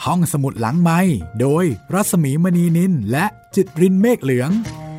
ห้องสมุดหลังไมค์โดยรัศมีมณีนินและจิตรินเมฆเหลือง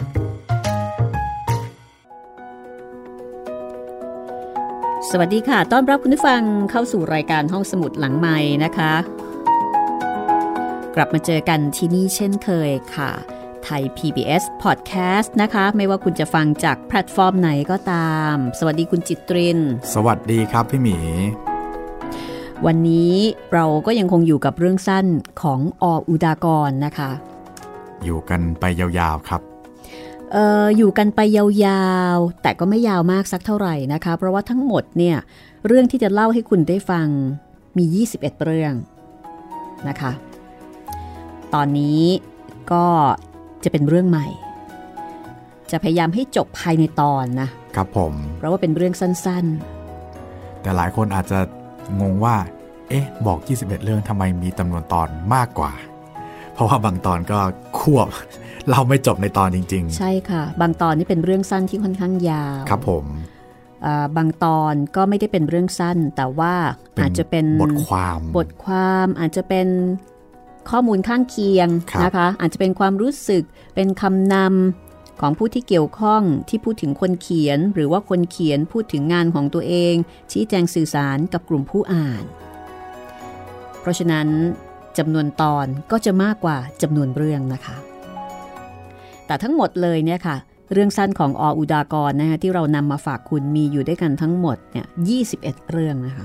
สวัสดีค่ะต้อนรับคุณผู้ฟังเข้าสู่รายการห้องสมุดหลังไมค์นะคะกลับมาเจอกันที่นี่เช่นเคยค่ะไทย PBS Podcast นะคะไม่ว่าคุณจะฟังจากแพลตฟอร์มไหนก็ตามสวัสดีคุณจิตรินสวัสดีครับพี่หมีวันนี้เราก็ยังคงอยู่กับเรื่องสั้นของอุดากรนะคะอยู่กันไปยาวๆครับอยู่กันไปยาวๆแต่ก็ไม่ยาวมากสักเท่าไหร่นะคะเพราะว่าทั้งหมดเนี่ยเรื่องที่จะเล่าให้คุณได้ฟังมี21เรื่องนะคะตอนนี้ก็จะเป็นเรื่องใหม่จะพยายามให้จบภายในตอนนะครับผมเพราะว่าเป็นเรื่องสั้นๆแต่หลายคนอาจจะงงว่าบอก21เรื่องทำไมมีจำนวนตอนมากกว่าเพราะว่าบางตอนก็ควบเราไม่จบในตอนจริงๆใช่ค่ะบางตอนนี่เป็นเรื่องสั้นที่ค่อนข้างยาวครับผมบางตอนก็ไม่ได้เป็นเรื่องสั้นแต่ว่าอาจจะเป็นบทความอาจจะเป็นข้อมูลข้างเคียงนะคะอาจจะเป็นความรู้สึกเป็นคำนำของผู้ที่เกี่ยวข้องที่พูดถึงคนเขียนหรือว่าคนเขียนพูดถึงงานของตัวเองชี้แจงสื่อสารกับกลุ่มผู้อ่านเพราะฉะนั้นจำนวนตอนก็จะมากกว่าจำนวนเรื่องนะคะแต่ทั้งหมดเลยเนี่ยค่ะเรื่องสั้นของอุดากรนะคะที่เรานำมาฝากคุณมีอยู่ด้วยกันทั้งหมดเนี่ย21เรื่องนะคะ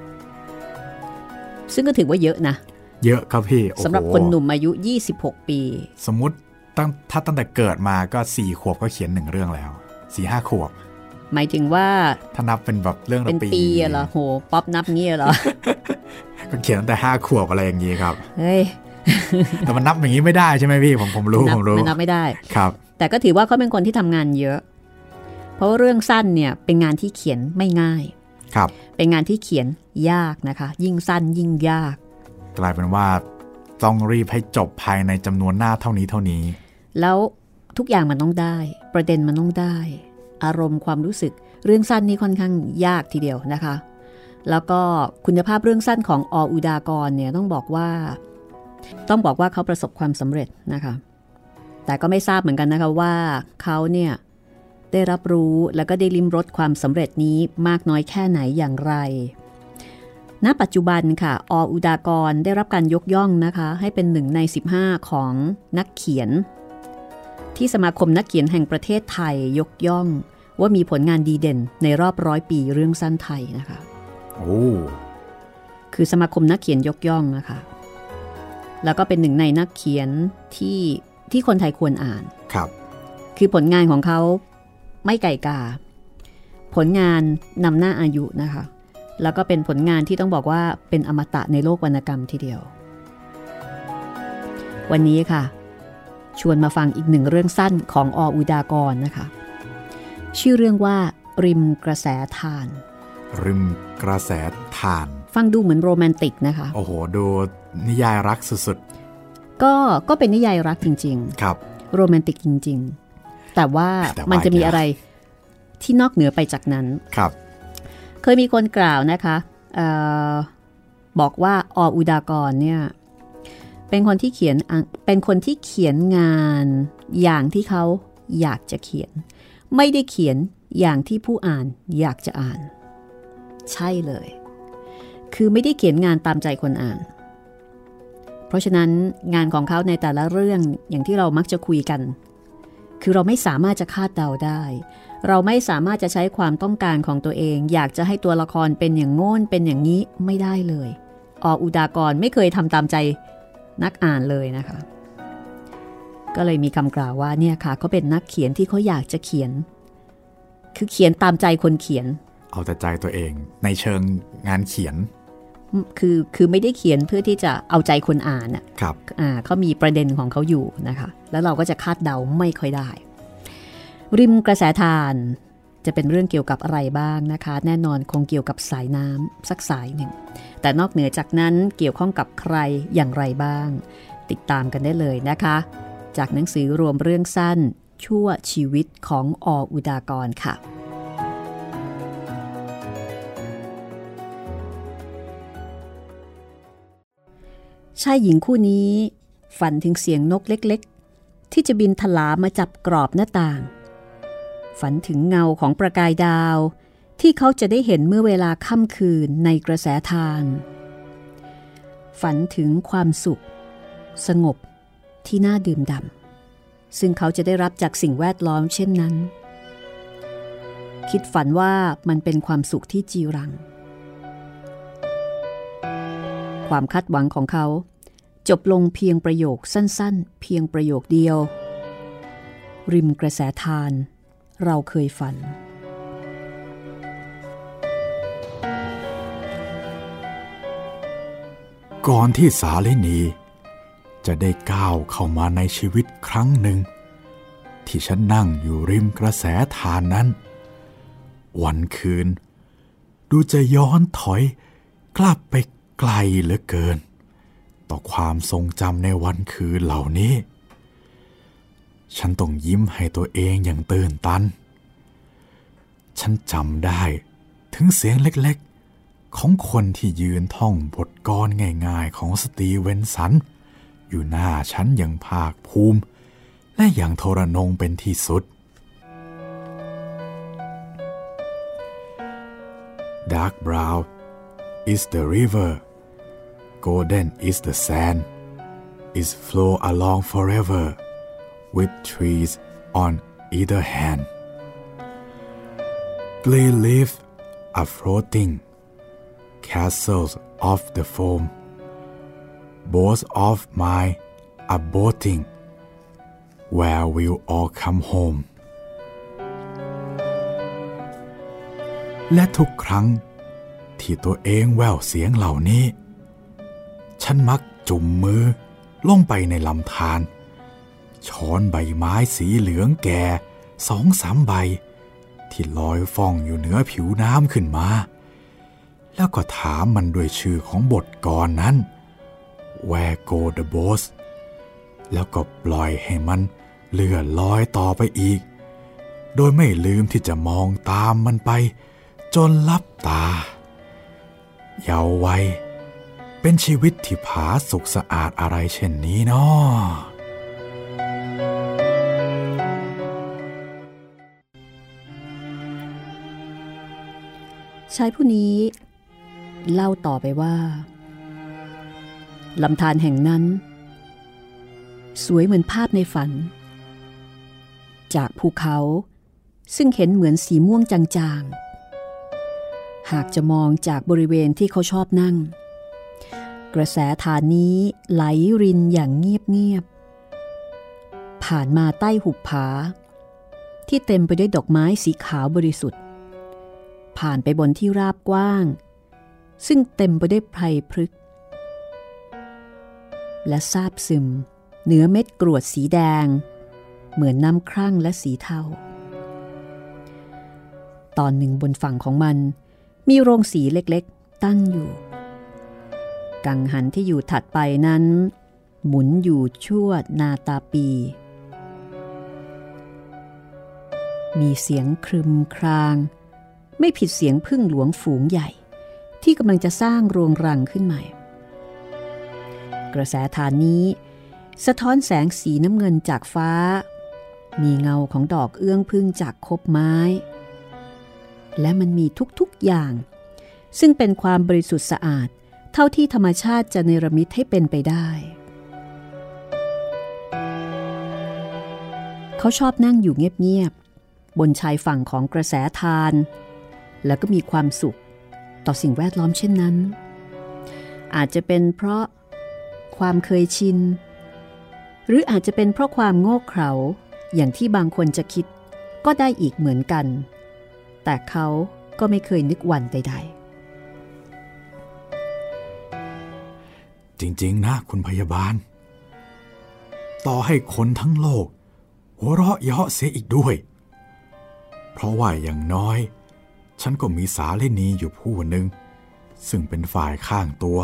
ซึ่งก็ถือว่าเยอะนะเยอะครับพี่สำหรับคนหนุ่มอายุ26ปีสมมุติถ้าตั้งแต่เกิดมาก็4ขวบก็เขียน1เรื่องแล้ว 4-5 ขวบหมายถึงว่าถ้านับเป็นแบบเรื่องละปีเป็นปีเหรอโหป๊อปนับงี้เหรอก็เขียนตั้งแต่5ขวบอะไรอย่างงี้ครับเฮ้ยแต่มันนับอย่างนี้ไม่ได้ใช่ไหมพี่ผมรู้มันนับไม่ได้ครับแต่ก็ถือว่าเขาเป็นคนที่ทำงานเยอะเพราะเรื่องสั้นเนี่ยเป็นงานที่เขียนไม่ง่ายครับเป็นงานที่เขียนยากนะคะยิ่งสั้นยิ่งยากกลายเป็นว่าต้องรีบให้จบภายในจำนวนหน้าเท่านี้แล้วทุกอย่างมันต้องได้ประเด็นมันต้องได้อารมณ์ความรู้สึกเรื่องสั้นนี่ค่อนข้างยากทีเดียวนะคะแล้วก็คุณภาพเรื่องสั้นของอุดากรเนี่ยต้องบอกว่าเขาประสบความสำเร็จนะคะแต่ก็ไม่ทราบเหมือนกันนะคะว่าเขาเนี่ยได้รับรู้แล้วก็ได้ลิ้มรสความสำเร็จนี้มากน้อยแค่ไหนอย่างไรณปัจจุบันค่ะอุดากรได้รับการยกย่องนะคะให้เป็น1ใน15ของนักเขียนที่สมาคมนักเขียนแห่งประเทศไทยยกย่องว่ามีผลงานดีเด่นในรอบ100 ปีเรื่องสั้นไทยนะคะโอ้คือสมาคมนักเขียนยกย่องนะคะแล้วก็เป็น1ในนักเขียนที่คนไทยควรอ่านครับคือผลงานของเขาไม่ไก่กาผลงานนำหน้าอายุนะคะแล้วก็เป็นผลงานที่ต้องบอกว่าเป็นอมตะในโลกวรรณกรรมทีเดียววันนี้ค่ะชวนมาฟังอีก1เรื่องสั้นของอุดากรนะคะชื่อเรื่องว่าริมกระแสทานริมกระแสทานฟังดูเหมือนโรแมนติกนะคะโอ้โหดูนิยายรักสุดๆก็เป็นนิยายรักจริงๆครับโรแมนติกจริงๆแต่ว่ามันจะมีอะไรที่นอกเหนือไปจากนั้นครับเคยมีคนกล่าวนะคะบอกว่าอุดากรเนี่ยเป็นคนที่เขียนงานอย่างที่เขาอยากจะเขียนไม่ได้เขียนอย่างที่ผู้อ่านอยากจะอ่านใช่เลยคือไม่ได้เขียนงานตามใจคนอ่านเพราะฉะนั้นงานของเขาในแต่ละเรื่องอย่างที่เรามักจะคุยกันคือเราไม่สามารถจะคาดเดาได้เราไม่สามารถจะใช้ความต้องการของตัวเองอยากจะให้ตัวละครเป็นอย่างโน้นเป็นอย่างนี้ไม่ได้เลยอุดากรไม่เคยทำตามใจนักอ่านเลยนะคะก็เลยมีคำกล่าวว่าเนี่ยค่ะเขาเป็นนักเขียนที่เขาอยากจะเขียนคือเขียนตามใจคนเขียนเอาแต่ใจตัวเองในเชิงงานเขียนคือไม่ได้เขียนเพื่อที่จะเอาใจคนอ่านครับเขามีประเด็นของเขาอยู่นะคะแล้วเราก็จะคาดเดาไม่ค่อยได้ริมกระแสทานจะเป็นเรื่องเกี่ยวกับอะไรบ้างนะคะแน่นอนคงเกี่ยวกับสายน้ำสักสายหนึ่งแต่นอกเหนือจากนั้นเกี่ยวข้องกับใครอย่างไรบ้างติดตามกันได้เลยนะคะจากหนังสือรวมเรื่องสั้นชั่วชีวิตของอุดากรค่ะชายหญิงคู่นี้ฝันถึงเสียงนกเล็กๆที่จะบินถลามาจับกรอบหน้าต่างฝันถึงเงาของประกายดาวที่เขาจะได้เห็นเมื่อเวลาค่ำคืนในกระแสทานฝันถึงความสุขสงบที่น่าดื่มด่ำซึ่งเขาจะได้รับจากสิ่งแวดล้อมเช่นนั้นคิดฝันว่ามันเป็นความสุขที่จีรังความคาดหวังของเขาจบลงเพียงประโยคสั้นๆเพียงประโยคเดียวริมกระแสทานเราเคยฝันก่อนที่สาลินีจะได้ก้าวเข้ามาในชีวิตครั้งหนึ่งที่ฉันนั่งอยู่ริมกระแสทานนั้นวันคืนดูจะย้อนถอยกลับไปไกลเหลือเกินต่อความทรงจำในวันคืนเหล่านี้ฉันต้องยิ้มให้ตัวเองอย่างตื่นตันฉันจำได้ถึงเสียงเล็กๆของคนที่ยืนท่องบทกลง่ายๆของสตีเวนสันอยู่หน้าฉันอย่างภาคภูมิและอย่างทรนงเป็นที่สุด Dark brown is the river, golden is the sand, it flow along forever with trees on either hand. Green leaves are floating, castles of the foam, boats of mine are boating, where will all come home?และทุกครั้งที่ตัวเองแว่วเสียงเหล่านี้ฉันมักจุ่มมือลงไปในลำธารช้อนใบไม้สีเหลืองแก่2-3 ใบที่ลอยฟ้องอยู่เหนือผิวน้ำขึ้นมาแล้วก็ถามมันด้วยชื่อของบทกลนั้น Where go the boats แล้วก็ปล่อยให้มันเลื่อนลอยต่อไปอีกโดยไม่ลืมที่จะมองตามมันไปจนลับตาเยาว์วัยเป็นชีวิตที่ผาสุกสะอาดอะไรเช่นนี้น้อชายผู้นี้เล่าต่อไปว่าลำธารแห่งนั้นสวยเหมือนภาพในฝันจากภูเขาซึ่งเห็นเหมือนสีม่วงจางๆหากจะมองจากบริเวณที่เขาชอบนั่งกระแสทานนี้ไหลรินอย่างเงียบๆผ่านมาใต้หุบผาที่เต็มไปด้วยดอกไม้สีขาวบริสุทธิ์ผ่านไปบนที่ราบกว้างซึ่งเต็มไปด้วยไพรพฤกษ์และซาบซึมเหนือเม็ดกรวดสีแดงเหมือนน้ำครั่งและสีเทาตอนหนึ่งบนฝั่งของมันมีโรงสีเล็กๆตั้งอยู่กังหันที่อยู่ถัดไปนั้นหมุนอยู่ชั่วนาตาปีมีเสียงครึมครางไม่ผิดเสียงผึ้งหลวงฝูงใหญ่ที่กำลังจะสร้างโรงรังขึ้นใหม่กระแสทานนี้สะท้อนแสงสีน้ำเงินจากฟ้ามีเงาของดอกเอื้องผึ้งจากคบไม้และมันมีทุกๆอย่างซึ่งเป็นความบริสุทธิ์สะอาดเท่าที่ธรรมชาติจะเนรมิตให้เป็นไปได้เขาชอบนั่งอยู่เงียบๆบนชายฝั่งของกระแสทานแล้วก็มีความสุขต่อสิ่งแวดล้อมเช่นนั้นอาจจะเป็นเพราะความเคยชินหรืออาจจะเป็นเพราะความโง่เขลาอย่างที่บางคนจะคิดก็ได้อีกเหมือนกันแต่เขาก็ไม่เคยนึกหวั่นใดๆจริงๆนะคุณพยาบาลต่อให้คนทั้งโลกหัวเราะเยาะเสียอีกด้วยเพราะว่าอย่างน้อยฉันก็มีสาลินีอยู่ผู้หนึ่งซึ่งเป็นฝ่ายข้างตัว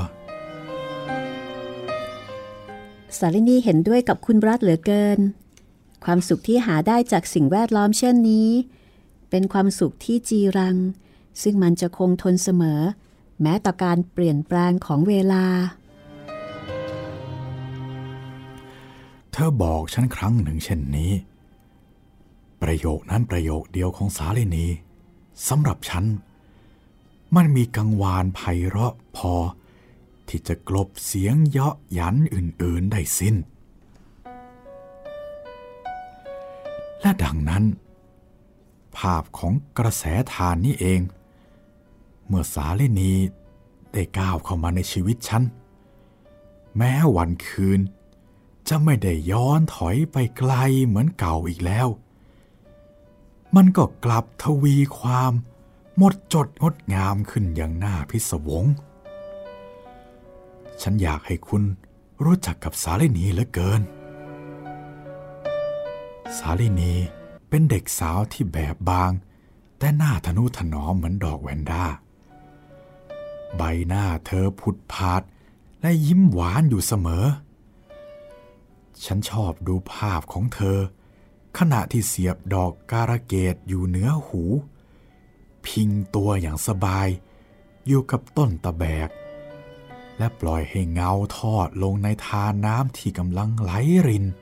สาลินีเห็นด้วยกับคุณบรัตเหลือเกินความสุขที่หาได้จากสิ่งแวดล้อมเช่นนี้เป็นความสุขที่จีรังซึ่งมันจะคงทนเสมอแม้ต่อการเปลี่ยนแปลงของเวลาเธอบอกฉันครั้งหนึ่งเช่นนี้ประโยคนั้นประโยคเดียวของสาลินีสำหรับฉันมันมีกังวานไพเราะพอที่จะกลบเสียงเยาะหยันอื่นๆได้สิ้นและดังนั้นภาพของกระแสทานนี่เองเมื่อสาลินีได้ก้าวเข้ามาในชีวิตฉันแม้วันคืนจะไม่ได้ย้อนถอยไปไกลเหมือนเก่าอีกแล้วมันก็กลับทวีความหมดจดงดงามขึ้นอย่างน่าพิศวงฉันอยากให้คุณรู้จักกับสาลินีเหลือเกินสาลินีเป็นเด็กสาวที่แบบบางแต่หน้าทนุถนอมเหมือนดอกแวนด้าใบหน้าเธอผุดผาดและยิ้มหวานอยู่เสมอฉันชอบดูภาพของเธอขณะที่เสียบดอกการะเกดอยู่เหนือหูพิงตัวอย่างสบายอยู่กับต้นตะแบกและปล่อยให้เงาทอดลงในทาน้ำที่กำลังไหลริน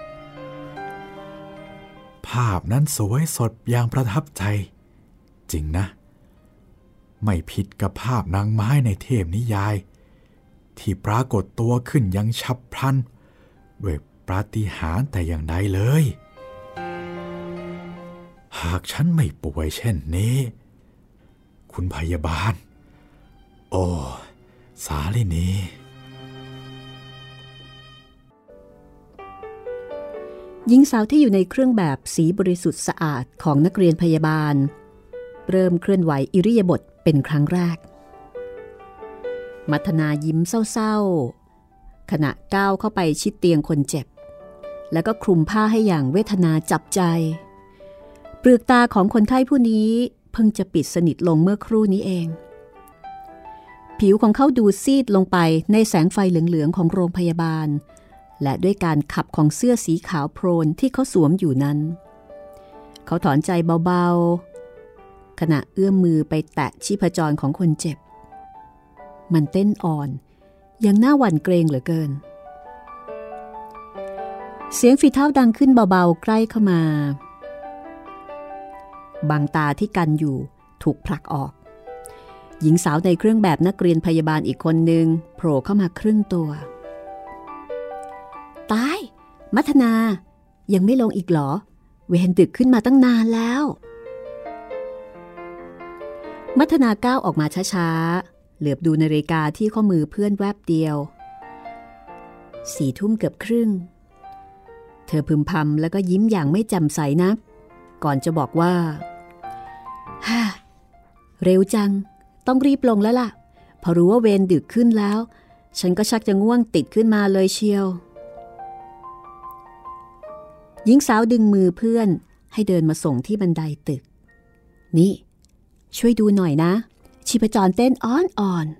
ภาพนั้นสวยสดอย่างประทับใจจริงนะไม่ผิดกับภาพนางไม้ในเทพนิยายที่ปรากฏตัวขึ้นอย่างฉับพลันด้วยปาฏิหาริย์แต่อย่างใดเลยหากฉันไม่ป่วยเช่นนี้คุณพยาบาลโอ้สาลินีหญิงสาวที่อยู่ในเครื่องแบบสีบริสุทธิ์สะอาดของนักเรียนพยาบาลเริ่มเคลื่อนไหวอิริยาบถเป็นครั้งแรกมัทนายิ้มเศร้าๆขณะก้าวเข้าไปชิดเตียงคนเจ็บแล้วก็คลุมผ้าให้อย่างเวทนาจับใจเปลือกตาของคนไข้ผู้นี้เพิ่งจะปิดสนิทลงเมื่อครู่นี้เองผิวของเขาดูซีดลงไปในแสงไฟเหลืองๆของโรงพยาบาลและด้วยการขับของเสื้อสีขาวโพลนที่เขาสวมอยู่นั้นเขาถอนใจเบาๆขณะเอื้อมมือไปแตะชีพจรของคนเจ็บมันเต้นอ่อนยังน่าหวั่นเกรงเหลือเกินเสียงฝีเท้าดังขึ้นเบาๆใกล้เข้ามาบางตาที่กันอยู่ถูกผลักออกหญิงสาวในเครื่องแบบนักเรียนพยาบาลอีกคนหนึ่งโผล่เข้ามาครึ่งตัวตายมัทนายังไม่ลงอีกเหรอเวรดึกขึ้นมาตั้งนานแล้วมัทนาก้าวออกมาช้าๆเหลือบดูนาฬิกาที่ข้อมือเพื่อนแวบเดียว4 ทุ่มเกือบครึ่งเธอพึมพำแล้วก็ยิ้มอย่างไม่แจ่มใสนักก่อนจะบอกว่าฮ่าเร็วจังต้องรีบลงแล้วล่ะพอรู้ว่าเวรดึกขึ้นแล้วฉันก็ชักจะง่วงติดขึ้นมาเลยเชียวหญิงสาวดึงมือเพื่อนให้เดินมาส่งที่บันไดตึกนี่ช่วยดูหน่อยนะชีพจรเต้นอ่อน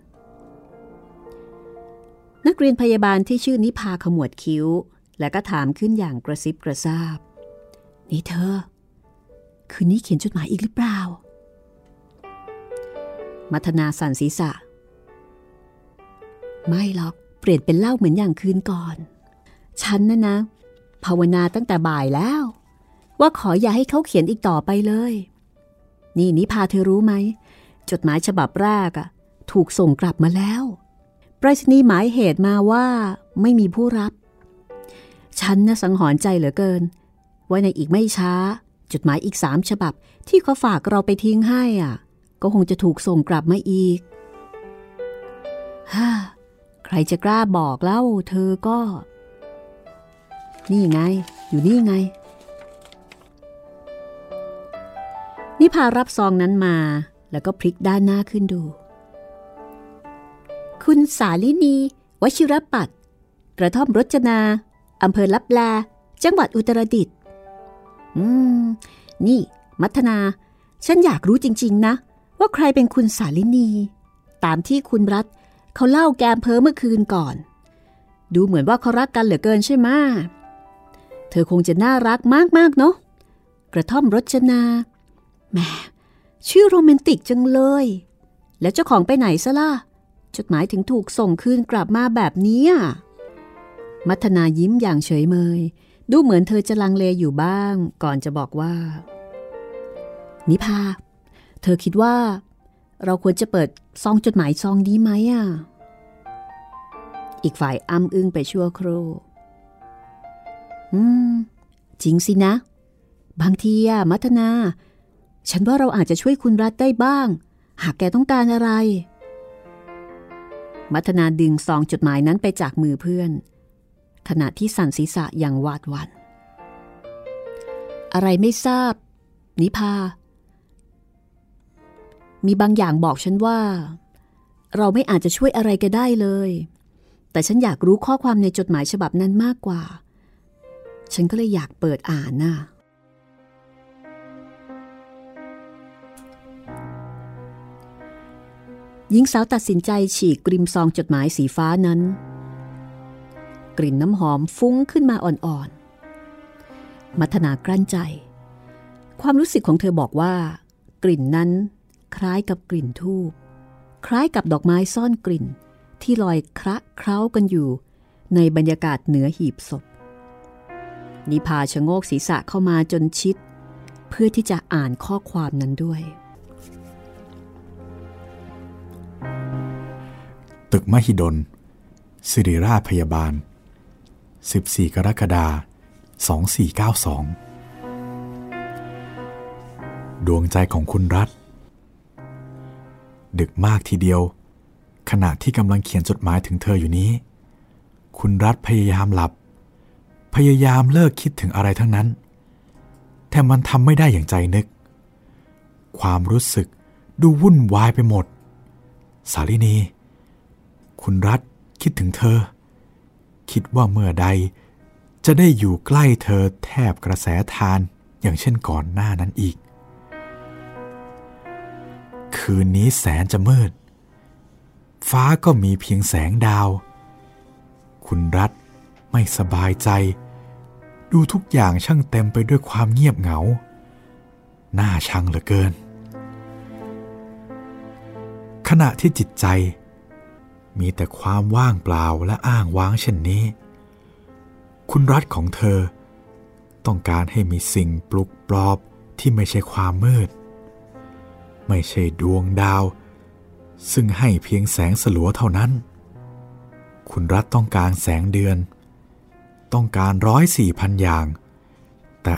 ๆนักเรียนพยาบาลที่ชื่อนิพาขมวดคิ้วและก็ถามขึ้นอย่างกระซิบกระซาบนี่เธอคืนนี้เขียนจดหมายอีกหรือเปล่ามัทนาสั่นศีรษะไม่หรอกเปลี่ยนเป็นเล่าเหมือนอย่างคืนก่อนฉันนะภาวนาตั้งแต่บ่ายแล้วว่าขออย่าให้เขาเขียนอีกต่อไปเลยนี่นิพาเธอรู้ไหมจดหมายฉบับแรกถูกส่งกลับมาแล้วไปรษณีย์หมายเหตุมาว่าไม่มีผู้รับฉันสังหรณ์ใจเหลือเกินว่าในอีกไม่ช้าจดหมายอีก3 ฉบับที่เขาฝากเราไปทิ้งให้ก็คงจะถูกส่งกลับมาอีกใครจะกล้าบอกเล่าเธอก็นี่ไงอยู่นี่ไงนิพารับซองนั้นมาแล้วก็พลิกด้านหน้าขึ้นดูคุณสาลินีวชิรปัตรกระท่อมรจนาอำเภอลับแลจังหวัดอุตรดิตถ์นี่มัทนาฉันอยากรู้จริงๆนะว่าใครเป็นคุณสาลินีตามที่คุณรัฐเขาเล่าแกมเพ้อเมื่อคืนก่อนดูเหมือนว่าเขารักกันเหลือเกินใช่ไหมเธอคงจะน่ารักมากๆเนาะกระท่อมรจนาแหมชื่อโรแมนติกจังเลยแล้วเจ้าของไปไหนซะล่ะจดหมายถึงถูกส่งคืนกลับมาแบบนี้มัทนายิ้มอย่างเฉยเมยดูเหมือนเธอจะลังเลอยู่บ้างก่อนจะบอกว่านิพาเธอคิดว่าเราควรจะเปิดซองจดหมายซองนี้ไหมอ่ะอีกฝ่ายอ้ำอึ้งไปชั่วครู่จริงสินะบางทีอะมัทนาฉันว่าเราอาจจะช่วยคุณรัฐได้บ้างหากแกต้องการอะไรมัทนาดึงซองจดหมายนั้นไปจากมือเพื่อนขณะที่สั่นศีรษะอย่างหวาดหวั่นอะไรไม่ทราบนิพามีบางอย่างบอกฉันว่าเราไม่อาจจะช่วยอะไรแกได้เลยแต่ฉันอยากรู้ข้อความในจดหมายฉบับนั้นมากกว่าฉันก็เลยอยากเปิดอ่านน่ะหญิงสาวตัดสินใจฉีกกริมซองจดหมายสีฟ้านั้นกลิ่นน้ำหอมฟุ้งขึ้นมาอ่อนๆมัทนากลั้นใจความรู้สึกของเธอบอกว่ากลิ่นนั้นคล้ายกับกลิ่นธูปคล้ายกับดอกไม้ซ่อนกลิ่นที่ลอยคละเคล้ากันอยู่ในบรรยากาศเหนือหีบศพนิพาชะโงกศีรษะเข้ามาจนชิดเพื่อที่จะอ่านข้อความนั้นด้วยตึกมหิดลศิริราชพยาบาล14 กรกฎาคม 2492 ดวงใจของคุณรัฐดึกมากทีเดียวขณะที่กำลังเขียนจดหมายถึงเธออยู่นี้คุณรัฐพยายามหลับพยายามเลิกคิดถึงอะไรทั้งนั้นแต่มันทำไม่ได้อย่างใจนึกความรู้สึกดูวุ่นวายไปหมดสาลินีคุณรัฐคิดถึงเธอคิดว่าเมื่อใดจะได้อยู่ใกล้เธอแทบกระแสทานอย่างเช่นก่อนหน้านั้นอีกคืนนี้แสนจะมืดฟ้าก็มีเพียงแสงดาวคุณรัฐไม่สบายใจดูทุกอย่างช่างเต็มไปด้วยความเงียบเหงาน่าชังเหลือเกินขณะที่จิตใจมีแต่ความว่างเปล่าและอ้างว้างเช่นนี้คุณรัฐของเธอต้องการให้มีสิ่งปลุกปลอบที่ไม่ใช่ความมืดไม่ใช่ดวงดาวซึ่งให้เพียงแสงสลัวเท่านั้นคุณรัฐต้องการแสงเดือนต้องการ104,000 อย่างแต่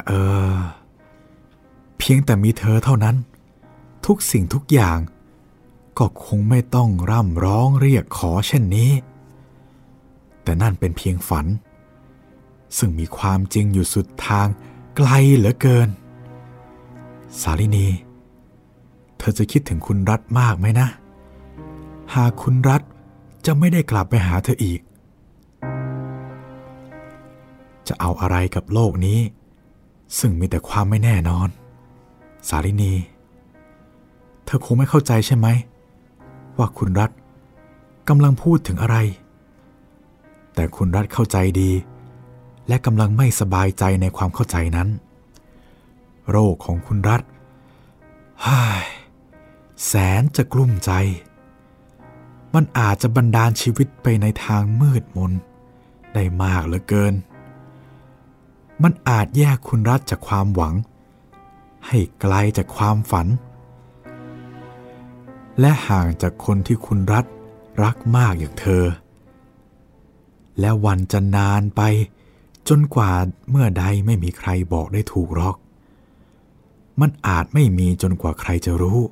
เพียงแต่มีเธอเท่านั้นทุกสิ่งทุกอย่างก็คงไม่ต้องร่ำร้องเรียกขอเช่นนี้แต่นั่นเป็นเพียงฝันซึ่งมีความจริงอยู่สุดทางไกลเหลือเกินสาลินีเธอจะคิดถึงคุณรัฐมากไหมนะหากคุณรัฐจะไม่ได้กลับไปหาเธออีกจะเอาอะไรกับโลกนี้ซึ่งมีแต่ความไม่แน่นอนสาลินีเธอคงไม่เข้าใจใช่ไหมว่าคุณรัฐกำลังพูดถึงอะไรแต่คุณรัฐเข้าใจดีและกำลังไม่สบายใจในความเข้าใจนั้นโรคของคุณรัฐแสนจะกลุ้มใจมันอาจจะบันดาลชีวิตไปในทางมืดมนได้มากเหลือเกินมันอาจแยกคุณรัฐจากความหวังให้ไกลจากความฝันและห่างจากคนที่คุณรัฐรักมากอย่างเธอและวันจะนานไปจนกว่าเมื่อใดไม่มีใครบอกได้ถูกหรอกมันอาจไม่มีจนกว่าใครจะรู้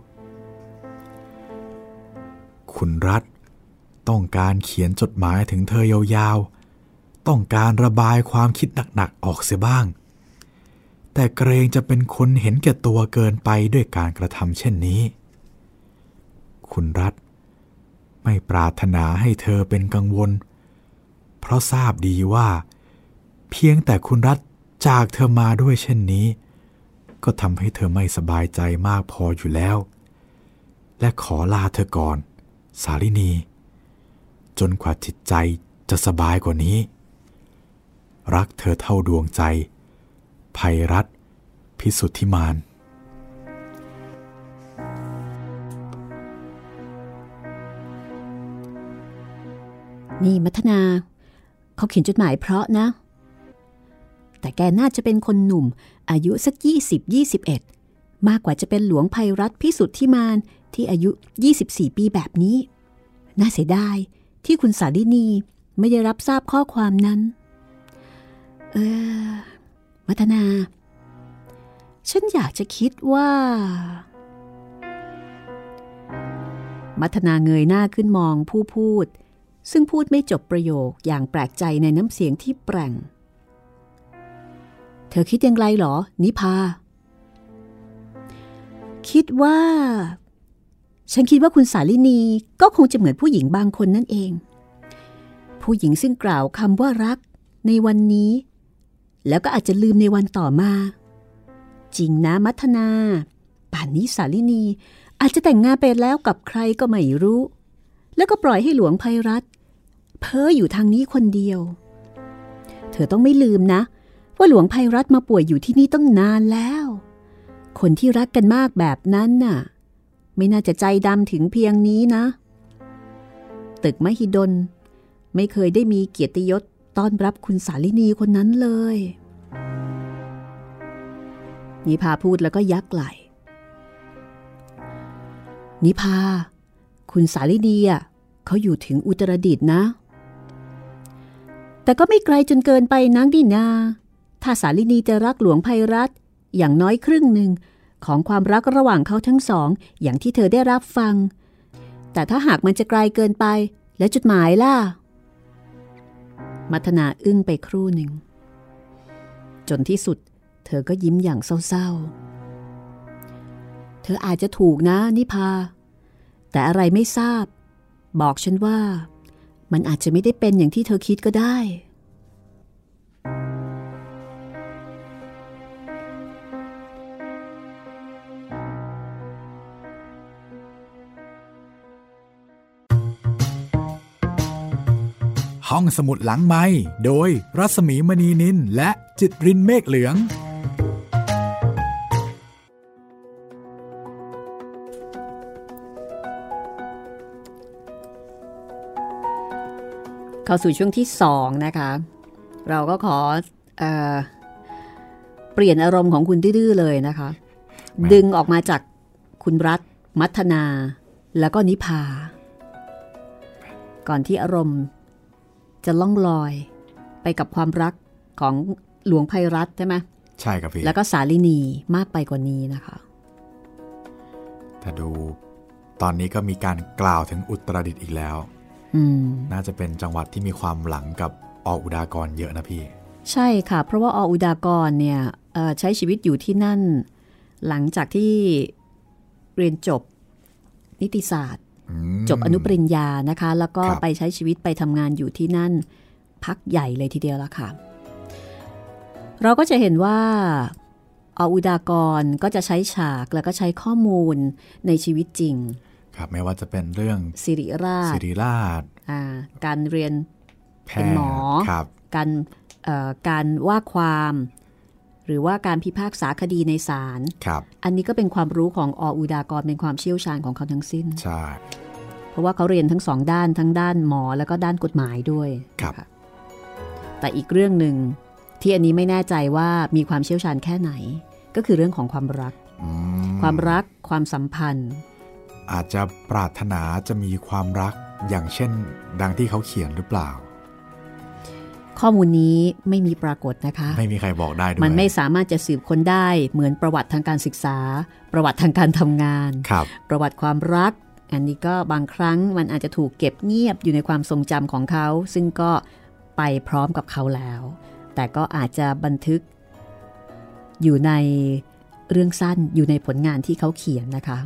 คุณรัฐต้องการเขียนจดหมายถึงเธอยาวๆต้องการระบายความคิดหนักๆออกเสียบ้างแต่เกรงจะเป็นคนเห็นแก่ตัวเกินไปด้วยการกระทำเช่นนี้คุณรัฐไม่ปรารถนาให้เธอเป็นกังวลเพราะทราบดีว่าเพียงแต่คุณรัฐจากเธอมาด้วยเช่นนี้ก็ทำให้เธอไม่สบายใจมากพออยู่แล้วและขอลาเธอก่อนสาลินีจนกว่าจิตใจจะสบายกว่านี้รักเธอเท่าดวงใจไพรัตน์ พิสุทธิมานนี่มัทนาเขาเขียนจดหมายเพราะนะแต่แกน่าจะเป็นคนหนุ่มอายุสัก20-21มากกว่าจะเป็นหลวงไพรัตน์พิสุทธิมานที่อายุ24ปีแบบนี้น่าเสียดายที่คุณสาลินีไม่ได้รับทราบข้อความนั้นมัทนาฉันอยากจะคิดว่ามัทนาเงยหน้าขึ้นมองผู้พูดซึ่งพูดไม่จบประโยคอย่างแปลกใจในน้ำเสียงที่แปร่งเธอคิดอย่างไรหรอนิพาคิดว่าฉันคิดว่าคุณสาลินีก็คงจะเหมือนผู้หญิงบางคนนั่นเองผู้หญิงซึ่งกล่าวคำว่ารักในวันนี้แล้วก็อาจจะลืมในวันต่อมาจริงนะมัทนาป่านนี้สาลินีอาจจะแต่งงานไปแล้วกับใครก็ไม่รู้แล้วก็ปล่อยให้หลวงไพรัตน์เพ้ออยู่ทางนี้คนเดียวเธอต้องไม่ลืมนะว่าหลวงไพรัตน์มาป่วยอยู่ที่นี่ต้องนานแล้วคนที่รักกันมากแบบนั้นน่ะไม่น่าจะใจดำถึงเพียงนี้นะตึกมหิดลไม่เคยได้มีเกียรติยศต้อนรับคุณสาลินีคนนั้นเลยนิพาพูดแล้วก็ยักไหล่นิพาคุณสาลินีอ่ะเขาอยู่ถึงอุตรดิตถ์นะแต่ก็ไม่ไกลจนเกินไปนักดินาถ้าสาลินีจะรักหลวงไพรัตน์อย่างน้อยครึ่งหนึ่งของความรักระหว่างเขาทั้งสองอย่างที่เธอได้รับฟังแต่ถ้าหากมันจะไกลเกินไปแล้วจุดหมายล่ะมัทนาอึ้งไปครู่หนึ่งจนที่สุดเธอก็ยิ้มอย่างเศร้าๆเธออาจจะถูกนะนิพาแต่อะไรไม่ทราบบอกฉันว่ามันอาจจะไม่ได้เป็นอย่างที่เธอคิดก็ได้ห้องสมุดหลังไมค์โดยรัศมีมณีนินและจิตรินเมฆเหลืองเข้าสู่ช่วงที่2นะคะเราก็ขอเปลี่ยนอารมณ์ของคุณดื้อๆเลยนะคะดึงออกมาจากคุณรัฐมัทนาแล้วก็นิพาก่อนที่อารมณ์จะล่องลอยไปกับความรักของหลวงไพรัตน์ใช่ไหมใช่ครับพี่แล้วก็สาลินีมากไปกว่านี้นะคะถ้าดูตอนนี้ก็มีการกล่าวถึงอุตรดิตถ์อีกแล้วน่าจะเป็นจังหวัดที่มีความหลังกับออุดากรเยอะนะพี่ใช่ค่ะเพราะว่าออุดากรเนี่ยใช้ชีวิตอยู่ที่นั่นหลังจากที่เรียนจบนิติศาสตร์จบอนุปริญญานะคะแล้วก็ไปใช้ชีวิตไปทำงานอยู่ที่นั่นพักใหญ่เลยทีเดียวละค่ะเราก็จะเห็นว่าออุดากรก็จะใช้ฉากแล้วก็ใช้ข้อมูลในชีวิตจริงครับไม่ว่าจะเป็นเรื่องศิริราชการเรียนเป็นหมอการว่าความหรือว่าการพิพากษาคดีในศาลอันนี้ก็เป็นความรู้ของออุดากรเป็นความเชี่ยวชาญของเขาทั้งสิ้นใช่เพราะว่าเขาเรียนทั้งสองด้านทั้งด้านหมอแล้วก็ด้านกฎหมายด้วยครับแต่อีกเรื่องหนึ่งที่อันนี้ไม่แน่ใจว่ามีความเชี่ยวชาญแค่ไหนก็คือเรื่องของความรักความสัมพันธ์อาจจะปรารถนาจะมีความรักอย่างเช่นดังที่เขาเขียนหรือเปล่าข้อมูลนี้ไม่มีปรากฏนะคะไม่มีใครบอกได้ด้วยมันไม่สามารถจะสืบค้นได้เหมือนประวัติทางการศึกษาประวัติทางการทำงานประวัติความรักอันนี้ก็บางครั้งมันอาจจะถูกเก็บเงียบอยู่ในความทรงจำของเขาซึ่งก็ไปพร้อมกับเขาแล้วแต่ก็อาจจะบันทึกอยู่ในเรื่องสั้นอยู่ในผลงานที่เขาเขียนนะคะ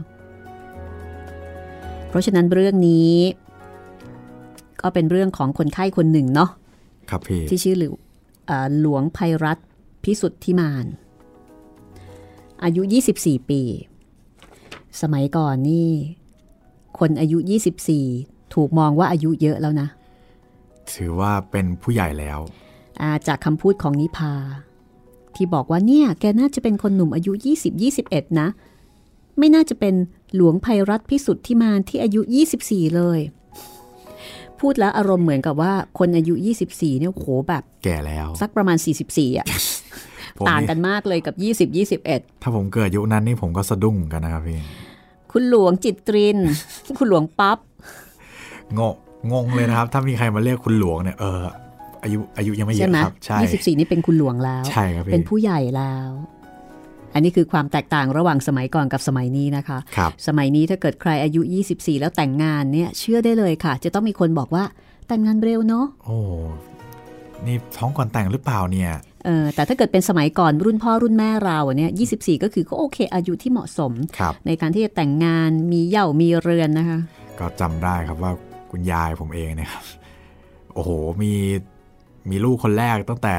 เพราะฉะนั้นเรื่องนี้ก็เป็นเรื่องของคนไข้คนหนึ่งเนาะที่ชื่อหลวงไพรัตน์พิสุทธิมานอายุ24ปีสมัยก่อนนี่คนอายุ24ถูกมองว่าอายุเยอะแล้วนะถือว่าเป็นผู้ใหญ่แล้วจากคำพูดของนิพาที่บอกว่าเนี่ยแกน่าจะเป็นคนหนุ่มอายุ20-21นะไม่น่าจะเป็นหลวงไพรัตน์พิสุทธิมานที่อายุ24เลยพูดแล้วอารมณ์เหมือนกับว่าคนอายุ24เนี่ยโหแบบแก่แล้วสักประมาณ44อ่ะ ต่างกันมากเลยกับ20-21ถ้าผมเกิดยุคนั้นนี่ผมก็สะดุ้งกันนะครับพี่คุณหลวงจิตริน คุณหลวงปั๊บงงเลยนะครับถ้ามีใครมาเรียกคุณหลวงเนี่ยอายุยังไม่เยอะครับใช่ 24นี่เป็นคุณหลวงแล้วใช่ครับเป็นผู้ใหญ่แล้วอันนี้คือความแตกต่างระหว่างสมัยก่อนกับสมัยนี้นะคะสมัยนี้ถ้าเกิดใครอายุ24แล้วแต่งงานเนี่ยเชื่อได้เลยค่ะจะต้องมีคนบอกว่าแต่งงานเร็วเนาะโอ้นี่ท้องก่อนแต่งหรือเปล่าเนี่ยแต่ถ้าเกิดเป็นสมัยก่อนรุ่นพ่อรุ่นแม่เราเนี่ย24ก็คือก็โอเคอายุที่เหมาะสมในการที่จะแต่งงานมีเหย่ามีเรือนนะคะก็จำได้ครับว่าคุณยายผมเองเนี่ยครับโอ้โหมีลูกคนแรกตั้งแต่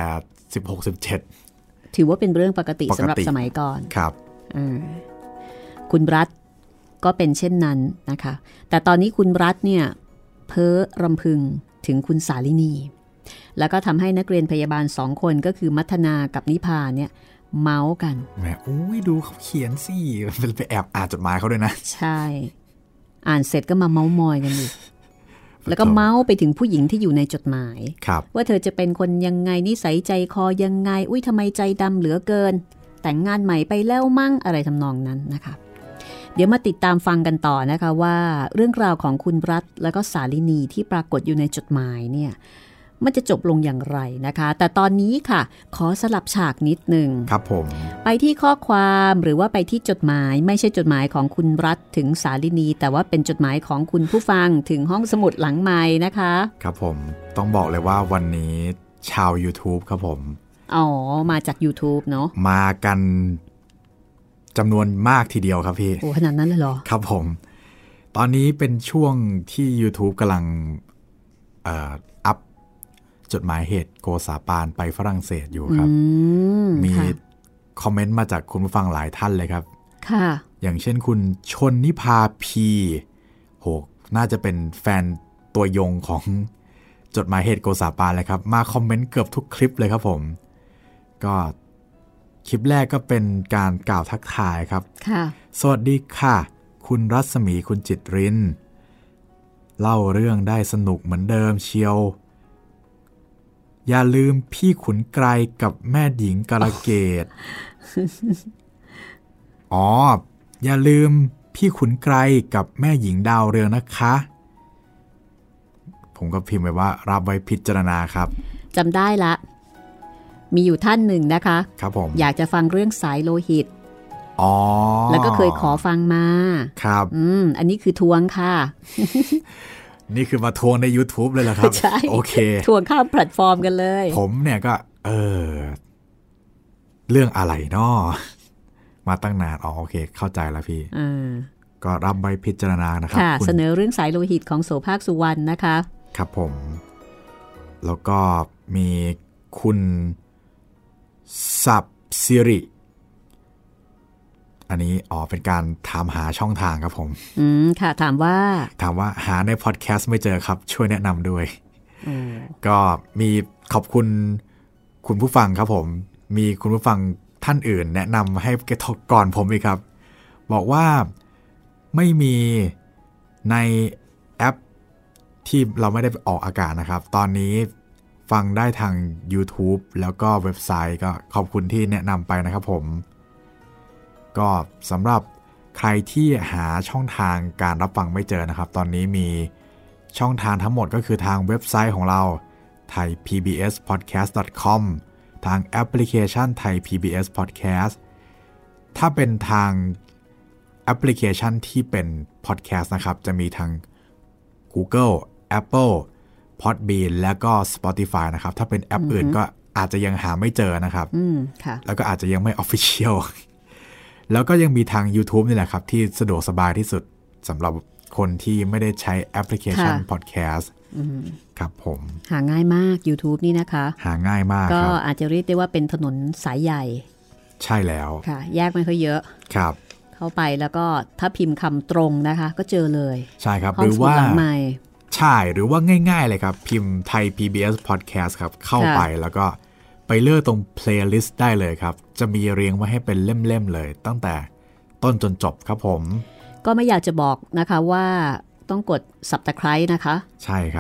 16-17 ถือว่าเป็นเรื่องปกติสำหรับสมัยก่อนครับคุณรัฐก็เป็นเช่นนั้นนะคะแต่ตอนนี้คุณรัฐเนี่ยเพ้อรำพึงถึงคุณสาลินีแล้วก็ทำให้นักเรียนพยาบาล2คนก็คือมัทนากับนิพาเนี่ยเมาส์กันแหมอุ้ยดูเขาเขียนสิไปแอบอ่านจดหมายเขาด้วยนะใช่อ่านเสร็จก็มาเมาส์มอยกันอีกแล้วก็เมาส์ไปถึงผู้หญิงที่อยู่ในจดหมายว่าเธอจะเป็นคนยังไงนิสัยใจคอยังไงอุ้ยทำไมใจดำเหลือเกินแต่งงานใหม่ไปแล้วมั่งอะไรทำนองนั้นนะคะเดี๋ยวมาติดตามฟังกันต่อนะคะว่าเรื่องราวของคุณรัฐแล้วก็สาลินีที่ปรากฏอยู่ในจดหมายเนี่ยมันจะจบลงอย่างไรนะคะแต่ตอนนี้ค่ะขอสลับฉากนิดหนึ่งครับผมไปที่ข้อความหรือว่าไปที่จดหมายไม่ใช่จดหมายของคุณรัฐถึงสาลินีแต่ว่าเป็นจดหมายของคุณผู้ฟังถึงห้องสมุดหลังไมค์นะคะครับผมต้องบอกเลยว่าวันนี้ชาว YouTube ครับผมมาจาก YouTube เนาะมากันจำนวนมากทีเดียวครับพี่โอ้ขนาดนั้นเลยเหรอครับผมตอนนี้เป็นช่วงที่ YouTube กำลังอัพจดหมายเหตุโกษาปานไปฝรั่งเศสอยู่ครับมีคอมเมนต์มาจากคุณผู้ฟังหลายท่านเลยครับค่ะอย่างเช่นคุณชนนิพาพีโหน่าจะเป็นแฟนตัวยงของจดหมายเหตุโกษาปานเลยครับมาคอมเมนต์เกือบทุกคลิปเลยครับผมก็คลิปแรกก็เป็นการกล่าวทักทายครับค่ะสวัสดีค่ะคุณรัศมีคุณจิตรินเล่าเรื่องได้สนุกเหมือนเดิมเชียวอย่าลืมพี่ขุนไกรกับแม่หญิงกาลเกต อย่าลืมพี่ขุนไกรกับแม่หญิงดาวเรืองนะคะผมก็พิมพ์ไว้ว่ารับไว้พิจารณาครับจำได้ละมีอยู่ท่านหนึ่งนะคะครับผมอยากจะฟังเรื่องสายโลหิตแล้วก็เคยขอฟังมาครับอันนี้คือทวงค่ะนี่คือมาทวงใน YouTube เลยเหรอครับใช่โอเคทวงข้ามแพลตฟอร์มกันเลยผมเนี่ยก็เรื่องอะไรนาะมาตั้งนานโอเคเข้าใจแล้วพี่ก็รับใบพิจารณานะครับค่ะเสนอเรื่องสายโลหิตของโสภาคสุวรรณนะคะครับผมแล้วก็มีคุณสับซิริอันนี้เป็นการถามหาช่องทางครับผมค่ะถามว่าหาในพอดแคสต์ไม่เจอครับช่วยแนะนำด้วยก็มีขอบคุณคุณผู้ฟังครับผมมีคุณผู้ฟังท่านอื่นแนะนำให้ก่อนผมอีกครับบอกว่าไม่มีในแอปที่เราไม่ได้ออกอากาศนะครับตอนนี้ฟังได้ทาง YouTube แล้วก็เว็บไซต์ก็ขอบคุณที่แนะนำไปนะครับผมก็สำหรับใครที่หาช่องทางการรับฟังไม่เจอนะครับตอนนี้มีช่องทางทั้งหมดก็คือทางเว็บไซต์ของเรา thaipbspodcast.com ทางแอปพลิเคชัน Thai PBS Podcast ถ้าเป็นทางแอปพลิเคชันที่เป็น Podcast นะครับจะมีทาง Google Apple Podbean แล้วก็ Spotify นะครับถ้าเป็นแอปอื่นก็อาจจะยังหาไม่เจอนะครับแล้วก็อาจจะยังไม่ Official แล้วก็ยังมีทาง YouTube นี่แหละครับที่สะดวกสบายที่สุดสำหรับคนที่ไม่ได้ใช้แอปพลิเคชัน Podcast ครับผมหาง่ายมาก YouTube นี่นะคะหาง่ายมากก็อาจจะเรียกได้ว่าเป็นถนนสายใหญ่ใช่แล้วค่ะแยกไม่ค่อยเยอะครับเข้าไปแล้วก็ถ้าพิมพ์คำตรงนะคะก็เจอเลยใช่ครับหรือว่าใช่หรือว่าง่ายๆเลยครับพิมพ์ไทย PBS Podcast ครับเข้าไปแล้วก็ไปเลือกตรง playlist ได้เลยครับจะมีเรียงไว้ให้เป็นเล่มๆเลยตั้งแต่ต้นจนจบครับผมก็ไม่อยากจะบอกนะคะว่าต้องกด Subscribe นะคะใช่ครับ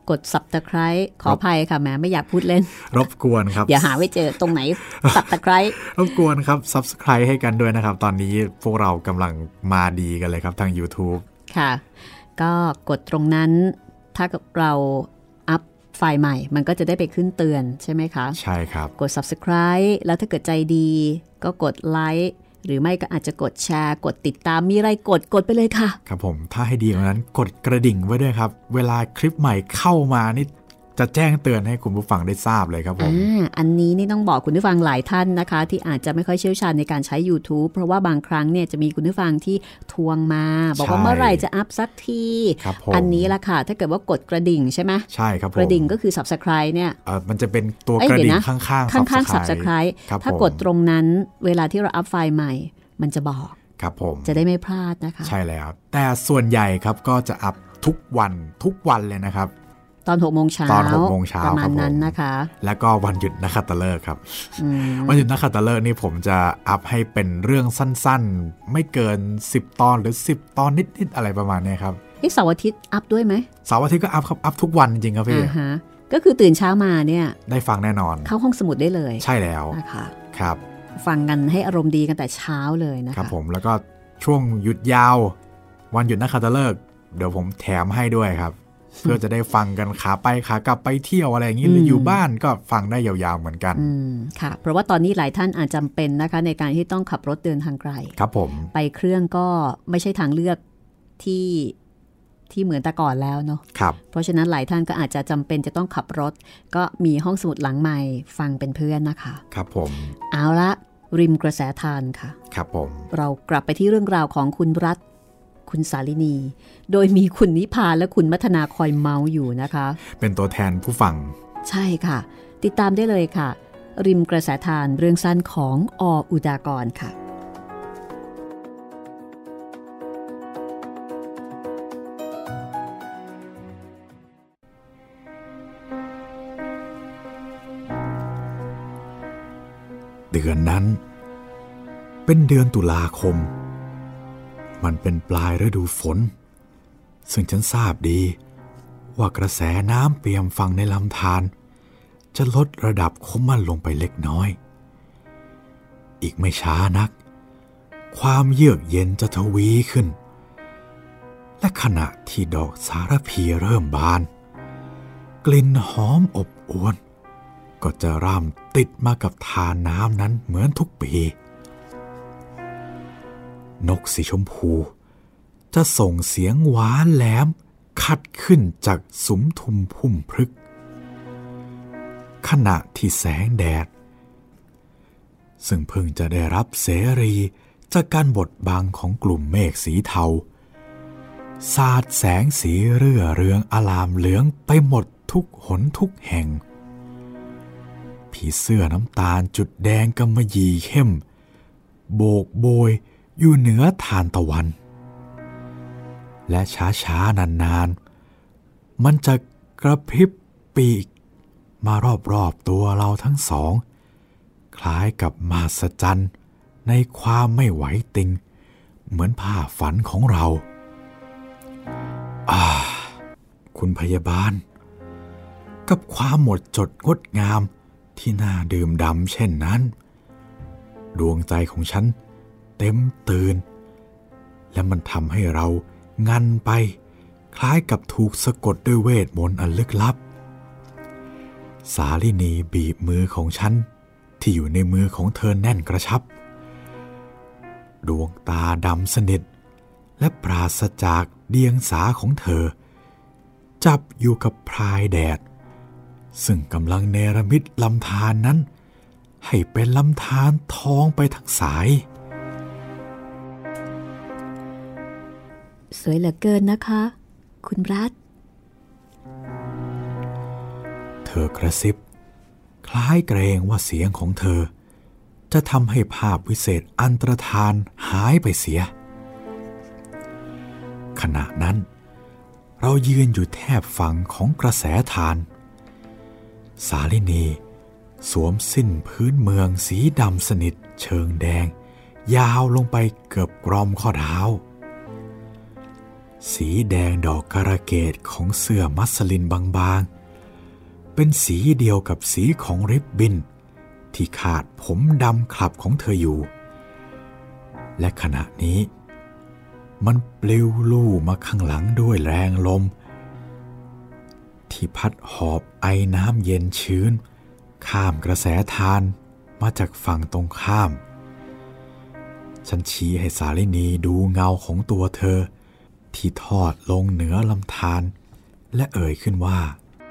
กด Subscribe ขออภัยค่ะแหมไม่อยากพูดเล่นรบกวนครับอย่าหาไม่เจอตรงไหน Subscribe รบกวนครับ Subscribe ให้กันด้วยนะครับตอนนี้พวกเรากำลังมาดีกันเลยครับทาง YouTube ค่ะก็กดตรงนั้นถ้าเราอัพไฟล์ใหม่มันก็จะได้ไปขึ้นเตือนใช่ไหมคะใช่ครับกด Subscribe แล้วถ้าเกิดใจดีก็กดไลค์หรือไม่ก็อาจจะกดแชร์กดติดตามมีอะไรกดไปเลยค่ะครับผมถ้าให้ดีกว่านั้นกดกระดิ่งไว้ด้วยครับเวลาคลิปใหม่เข้ามานี่จะแจ้งเตือนให้คุณผู้ฟังได้ทราบเลยครับผมอันนี้นี่ต้องบอกคุณผู้ฟังหลายท่านนะคะที่อาจจะไม่ค่อยเชี่ยวชาญในการใช้ YouTube เพราะว่าบางครั้งเนี่ยจะมีคุณผู้ฟังที่ทวงมาบอกว่าเมื่อไหร่จะอัพสักทีอันนี้ละค่ะถ้าเกิดว่ากดกระดิ่งใช่ไหมใช่ครับกระดิ่งก็คือ Subscribe เนี่ยมันจะเป็นตัวกระดิ่งข้างๆ Subscribe ถ้ากดตรงนั้นเวลาที่เราอัพไฟล์ใหม่มันจะบอกครับผมจะได้ไม่พลาดนะคะใช่แล้วแต่ส่วนใหญ่ครับก็จะอัพทุกวันเลยนะครับตอน 6 โมงเช้าประมาณนั้นนะคะแล้วก็วันหยุดนักขัตฤกษ์ครับวันหยุดนักขัตฤกษ์นี่ผมจะอัพให้เป็นเรื่องสั้นๆไม่เกิน10ตอนหรือ10ตอนนิดๆอะไรประมาณนี้ครับเสาร์อาทิตย์อัพด้วยไหมเสาร์อาทิตย์ก็อัพครับอัพทุกวันจริงๆครับพี่ก็คือตื่นเช้ามาเนี่ยได้ฟังแน่นอนเข้าห้องสมุดได้เลยใช่แล้วนะคะครับฟังกันให้อารมณ์ดีกันแต่เช้าเลยนะคะครับผมแล้วก็ช่วงหยุดยาววันหยุดนักขัตฤกษ์เดี๋ยวผมแถมให้ด้วยครับเพื่อจะได้ฟังกันขาไปขากลับไปเที่ยวอะไรอย่างนี้หรืออยู่บ้านก็ฟังได้ยาวๆเหมือนกันค่ะเพราะว่าตอนนี้หลายท่านอาจจำเป็นนะคะในการที่ต้องขับรถเดินทางไกลครับผมไปเครื่องก็ไม่ใช่ทางเลือกที่เหมือนแต่ก่อนแล้วเนาะครับเพราะฉะนั้นหลายท่านก็อาจจะจำเป็นจะต้องขับรถก็มีห้องสมุดหลังใหม่ฟังเป็นเพื่อนนะคะครับผมเอาละริมกระแสทานค่ะครับผมเรากลับไปที่เรื่องราวของคุณรัฐคุณสาลินีโดยมีคุณนิพาและคุณมัทนาคอยเมาส์อยู่นะคะเป็นตัวแทนผู้ฟังใช่ค่ะติดตามได้เลยค่ะริมกระแสทานเรื่องสั้นของอุดากรค่ะเดือนนั้นเป็นเดือนตุลาคมมันเป็นปลายฤดูฝนซึ่งฉันทราบดีว่ากระแสน้ำเปี่ยมฝั่งในลำธารจะลดระดับของมันลงไปเล็กน้อยอีกไม่ช้านักความเยือกเย็นจะทวีขึ้นและขณะที่ดอกสารพีเริ่มบานกลิ่นหอมอบอวลก็จะร่ำติดมากับทานน้ำนั้นเหมือนทุกปีนกสีชมพูจะส่งเสียงหวานแหลมคัดขึ้นจากสุมทุมพุ่มพฤกษ์ขณะที่แสงแดดซึ่งเพิ่งจะได้รับเสรีจากการบดบังของกลุ่มเมฆสีเทาสาดแสงสีเรื่อเรืองอลามเหลืองไปหมดทุกหนทุกแห่งผีเสื้อน้ำตาลจุดแดงกำมะหยี่เข้มโบกโบยอยู่เหนือทานตะวันและช้าๆนานๆมันจะกระพริบปีกมารอบๆตัวเราทั้งสองคล้ายกับมหัศจรรย์ในความไม่ไหวติงเหมือนผ้าฝันของเราคุณพยาบาลกับความหมดจดงดงามที่น่าดื่มด่ำเช่นนั้นดวงใจของฉันเต็มตื่นและมันทำให้เรางันไปคล้ายกับถูกสะกดด้วยเวทมนต์อันลึกลับสาลินีบีบมือของฉันที่อยู่ในมือของเธอแน่นกระชับดวงตาดำสนิทและปราศจากเดียงสาของเธอจับอยู่กับพรายแดดซึ่งกำลังเนรมิตลำธารนั้นให้เป็นลำธารทองไปทั้งสายสวยเหลือเกินนะคะคุณรัฐเธอกระซิบคล้ายเกรงว่าเสียงของเธอจะทำให้ภาพวิเศษอันตรธานหายไปเสียขณะนั้นเรายืนอยู่แทบฝั่งของกระแสทานสาลินีสวมสิ้นพื้นเมืองสีดำสนิทเชิงแดงยาวลงไปเกือบกรอมข้อเท้าสีแดงดอกกระเกดของเสื้อมัสลินบางๆเป็นสีเดียวกับสีของริบบิ้นที่ขาดผมดำคลับของเธออยู่และขณะนี้มันปลิวลู่มาข้างหลังด้วยแรงลมที่พัดหอบไอน้ำเย็นชื้นข้ามกระแสธารมาจากฝั่งตรงข้ามฉันชี้ให้สาลินีดูเงาของตัวเธอที่ทอดลงเหนือลำธารและเอ่ยขึ้นว่า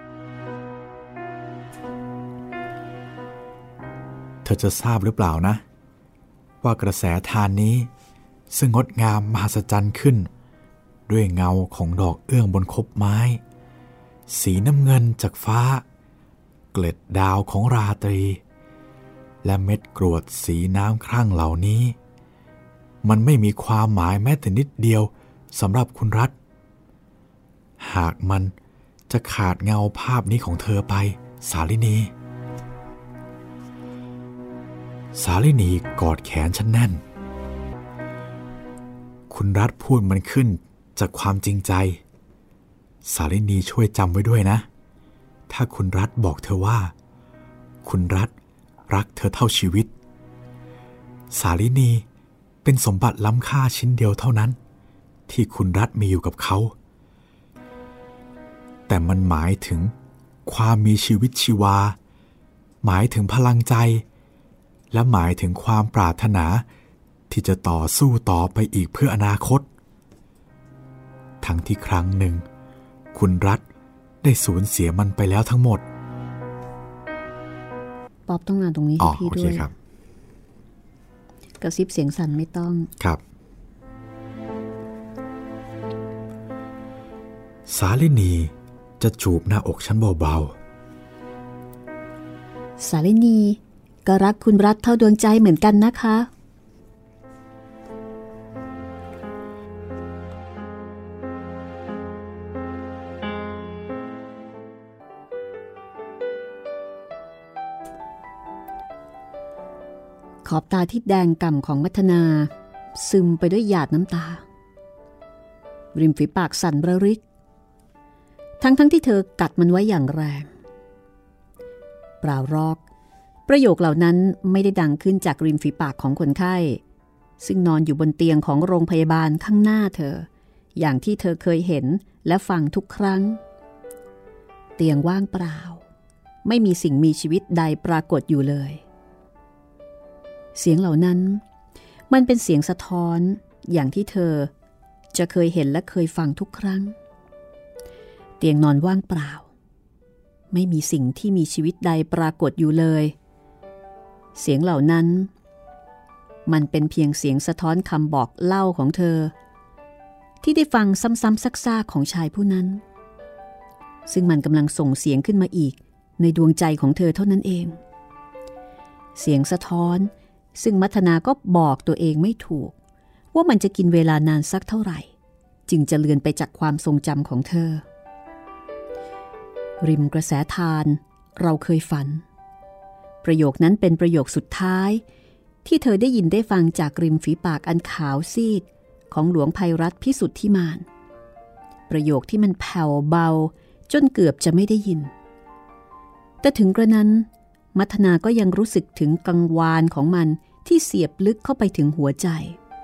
เธอจะทราบหรือเปล่านะว่ากระแสธารนี้ซึ่งงดงามมหัศจรรย์ขึ้นด้วยเงาของดอกเอื้องบนคบไม้สีน้ำเงินจากฟ้าเกล็ดดาวของราตรีและเม็ดกรวดสีน้ำครั่งเหล่านี้มันไม่มีความหมายแม้แต่นิดเดียวสำหรับคุณรัฐหากมันจะขาดเงาภาพนี้ของเธอไปสาลินีสาลินีกอดแขนฉันแน่นคุณรัฐพูดมันขึ้นจากความจริงใจสาลินีช่วยจำไว้ด้วยนะถ้าคุณรัฐบอกเธอว่าคุณรัฐรักเธอเท่าชีวิตสาลินีเป็นสมบัติล้ำค่าชิ้นเดียวเท่านั้นที่คุณรัฐมีอยู่กับเขาแต่มันหมายถึงความมีชีวิตชีวาหมายถึงพลังใจและหมายถึงความปรารถนาที่จะต่อสู้ต่อไปอีกเพื่ออนาคตทั้งที่ครั้งหนึ่งคุณรัฐได้สูญเสียมันไปแล้วทั้งหมดป๊อบต้องงานตรงนี้ให้พี่ด้วยครับกระซิบเสียงสั่นไม่ต้องครับสาลินีจะจูบหน้าอกฉันเบาๆสาลินีก็รักคุณรัฐเท่าดวงใจเหมือนกันนะคะขอบตาที่แดงก่ำของมัทนาซึมไปด้วยหยาดน้ำตาริมฝีปากสั่นระริกทั้งที่เธอกัดมันไว้อย่างแรงเปล่ารอกประโยคเหล่านั้นไม่ได้ดังขึ้นจากริมฝีปากของคนไข้ซึ่งนอนอยู่บนเตียงของโรงพยาบาลข้างหน้าเธออย่างที่เธอเคยเห็นและฟังทุกครั้งเตียงว่างเปล่าไม่มีสิ่งมีชีวิตใดปรากฏอยู่เลยเสียงเหล่านั้นมันเป็นเสียงสะท้อนอย่างที่เธอจะเคยเห็นและเคยฟังทุกครั้งเตียงนอนว่างเปล่าไม่มีสิ่งที่มีชีวิตใดปรากฏอยู่เลยเสียงเหล่านั้นมันเป็นเพียงเสียงสะท้อนคำบอกเล่าของเธอที่ได้ฟังซ้ำๆซากๆของชายผู้นั้นซึ่งมันกำลังส่งเสียงขึ้นมาอีกในดวงใจของเธอเท่านั้นเองเสียงสะท้อนซึ่งมัทนาก็บอกตัวเองไม่ถูกว่ามันจะกินเวลานานสักเท่าไหร่จึงจะเลือนไปจากความทรงจำของเธอริมกระแสธารเราเคยฝันประโยคนั้นเป็นประโยคสุดท้ายที่เธอได้ยินได้ฟังจากริมฝีปากอันขาวซีดของหลวงไพรัตน์พิสุทธิมานประโยคที่มันแผ่วเบาจนเกือบจะไม่ได้ยินแต่ถึงกระนั้นมัทนาก็ยังรู้สึกถึงกังวานของมันที่เสียบลึกเข้าไปถึงหัวใจ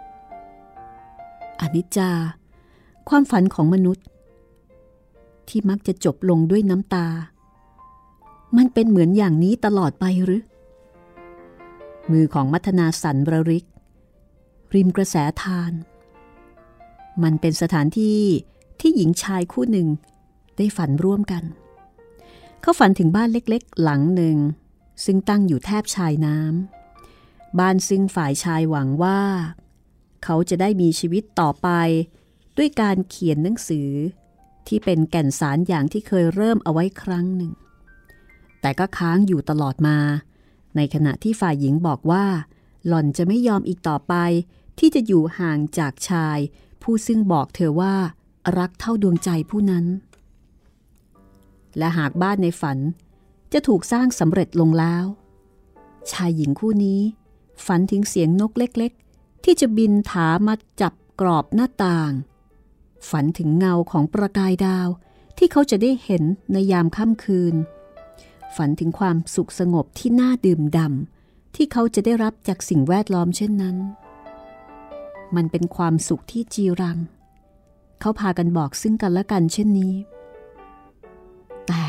อนิจจาความฝันของมนุษย์ที่มักจะจบลงด้วยน้ำตามันเป็นเหมือนอย่างนี้ตลอดไปหรือมือของมัทนาสั่นระริกริมกระแสธารมันเป็นสถานที่ที่หญิงชายคู่หนึ่งได้ฝันร่วมกันเขาฝันถึงบ้านเล็กๆหลังหนึ่งซึ่งตั้งอยู่แทบชายน้ำบ้านซึ่งฝ่ายชายหวังว่าเขาจะได้มีชีวิตต่อไปด้วยการเขียนหนังสือที่เป็นแก่นสารอย่างที่เคยเริ่มเอาไว้ครั้งหนึ่งแต่ก็ค้างอยู่ตลอดมาในขณะที่ฝ่ายหญิงบอกว่าหล่อนจะไม่ยอมอีกต่อไปที่จะอยู่ห่างจากชายผู้ซึ่งบอกเธอว่ารักเท่าดวงใจผู้นั้นและหากบ้านในฝันจะถูกสร้างสำเร็จลงแล้วชายหญิงคู่นี้ฝันถึงเสียงนกเล็กๆที่จะบินถามาจับกรอบหน้าต่างฝันถึงเงาของประกายดาวที่เขาจะได้เห็นในยามค่ำคืนฝันถึงความสุขสงบที่น่าดื่มด่ำที่เขาจะได้รับจากสิ่งแวดล้อมเช่นนั้นมันเป็นความสุขที่จีรังเขาพากันบอกซึ่งกันและกันเช่นนี้แต่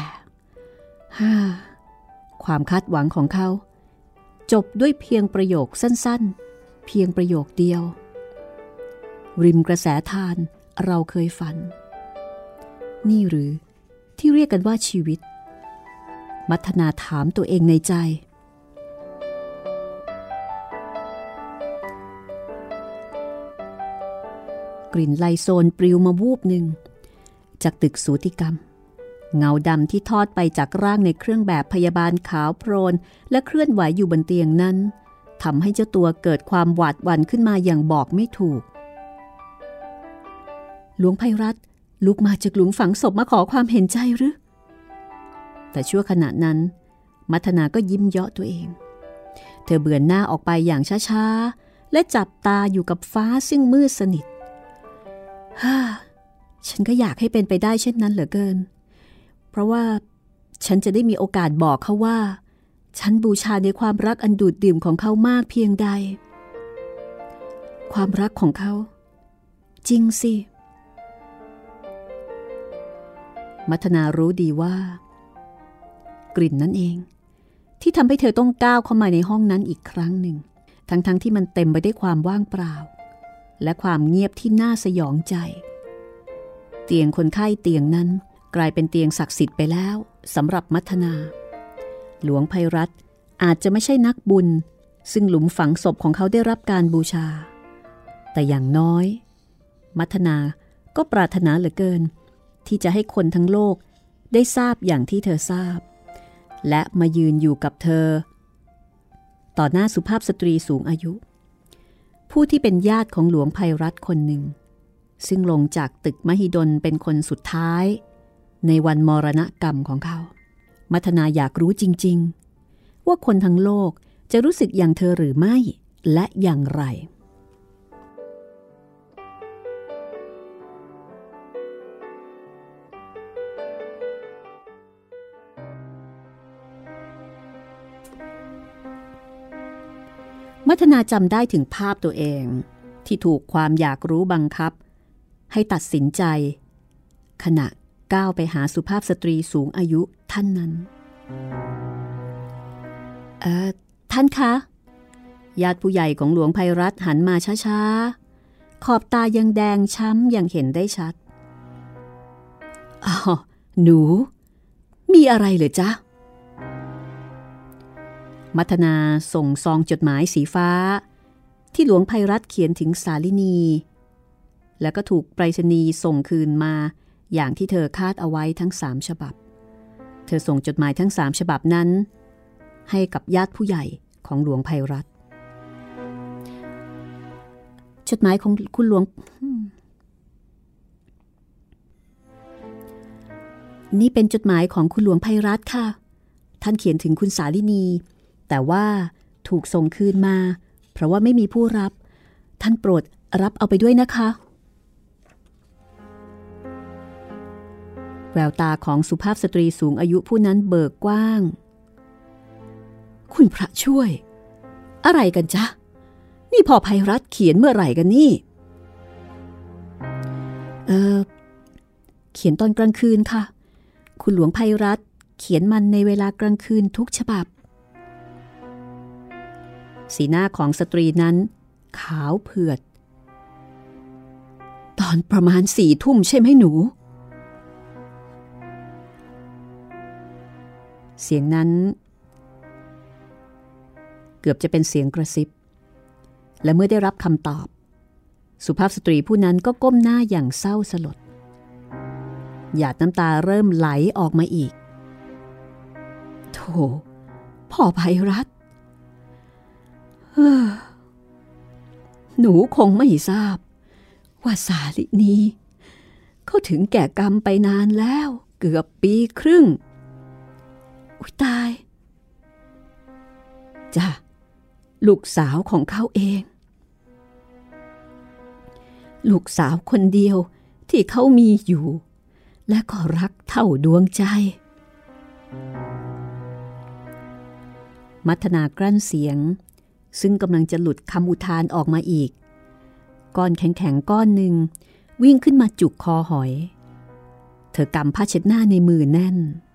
ความคาดหวังของเขาจบด้วยเพียงประโยคสั้นๆเพียงประโยคเดียวริมกระแสทานเราเคยฝันนี่หรือที่เรียกกันว่าชีวิตมัทนาถามตัวเองในใจกลิ่นไลโซนปลิวมาวูบหนึ่งจากตึกสูติกรรมเงาดำที่ทอดไปจากร่างในเครื่องแบบพยาบาลขาวโพลนและเคลื่อนไหวอยู่บนเตียงนั้นทำให้เจ้าตัวเกิดความหวาดหวั่นขึ้นมาอย่างบอกไม่ถูกหลวงไพรัตน์ลุกมาจากหลุมฝังศพมาขอความเห็นใจหรือแต่ชั่วขณะนั้นมัทนาก็ยิ้มเยาะตัวเองเธอเบือนหน้าออกไปอย่างช้าๆและจับตาอยู่กับฟ้าซึ่งมืดสนิทฉันก็อยากให้เป็นไปได้เช่นนั้นเหลือเกินเพราะว่าฉันจะได้มีโอกาสบอกเขาว่าฉันบูชาในความรักอันดูดดื่มของเขามากเพียงใดความรักของเขาจริงสิมัทนารู้ดีว่ากลิ่นนั่นเองที่ทำให้เธอต้องก้าวเข้ามาในห้องนั้นอีกครั้งหนึ่งทั้งที่มันเต็มไปด้วยความว่างเปล่าและความเงียบที่น่าสยองใจเตียงคนไข้เตียงนั้นกลายเป็นเตียงศักดิ์สิทธิ์ไปแล้วสำหรับมัทนาหลวงไพรัตน์อาจจะไม่ใช่นักบุญซึ่งหลุมฝังศพของเขาได้รับการบูชาแต่อย่างน้อยมัทนาก็ปรารถนาเหลือเกินที่จะให้คนทั้งโลกได้ทราบอย่างที่เธอทราบและมายืนอยู่กับเธอต่อหน้าสุภาพสตรีสูงอายุผู้ที่เป็นญาติของหลวงไพรัตน์คนหนึ่งซึ่งลงจากตึกมหิดลเป็นคนสุดท้ายในวันมรณกรรมของเขามัทนาอยากรู้จริงๆว่าคนทั้งโลกจะรู้สึกอย่างเธอหรือไม่และอย่างไรมัทนาจำได้ถึงภาพตัวเองที่ถูกความอยากรู้บังคับให้ตัดสินใจขณะก้าวไปหาสุภาพสตรีสูงอายุท่านนั้นท่านคะญาติผู้ใหญ่ของหลวงไพรัตน์หันมาช้าๆขอบตายังแดงช้ำยังเห็นได้ชัดหนูมีอะไรเหรอจ๊ะมัทนาส่งซองจดหมายสีฟ้าที่หลวงไพรัตน์เขียนถึงสาลินีแล้วก็ถูกไปรษณีย์ส่งคืนมาอย่างที่เธอคาดเอาไว้ทั้ง3ฉบับเธอส่งจดหมายทั้ง3ฉบับนั้นให้กับญาติผู้ใหญ่ของหลวงไพรัตน์จดหมายของคุณหลวงนี่เป็นจดหมายของคุณหลวงไพรัตน์ค่ะท่านเขียนถึงคุณสาลินีแต่ว่าถูกส่งคืนมาเพราะว่าไม่มีผู้รับท่านโปรดรับเอาไปด้วยนะคะแววตาของสุภาพสตรีสูงอายุผู้นั้นเบิกกว้างคุณพระช่วยอะไรกันจ๊ะนี่พ่อไพรัตน์เขียนเมื่อไหร่กันนี่เขียนตอนกลางคืนค่ะคุณหลวงไพรัตน์เขียนมันในเวลากลางคืนทุกฉบับสีหน้าของสตรีนั้นขาวเผือดตอนประมาณ4 ทุ่มใช่ไหมหนูเสียงนั้นเกือบจะเป็นเสียงกระซิบและเมื่อได้รับคำตอบสุภาพสตรีผู้นั้นก็ก้มหน้าอย่างเศร้าสลดหยาดน้ำตาเริ่มไหลออกมาอีกโธ่พ่อไพรัตน์หนูคงไม่ทราบว่าสาลินีเขาถึงแก่กรรมไปนานแล้วเกือบปีครึ่งอุ๊ยตายจ้ะลูกสาวของเขาเองลูกสาวคนเดียวที่เขามีอยู่และก็รักเท่าดวงใจมัทนากลั้นเสียงซึ่งกำลังจะหลุดคำอุทานออกมาอีกก้อนแข็งๆก้อนหนึ่งวิ่งขึ้นมาจุกคอหอยเธอกำผ้าเช็ดหน้าในมือแน่น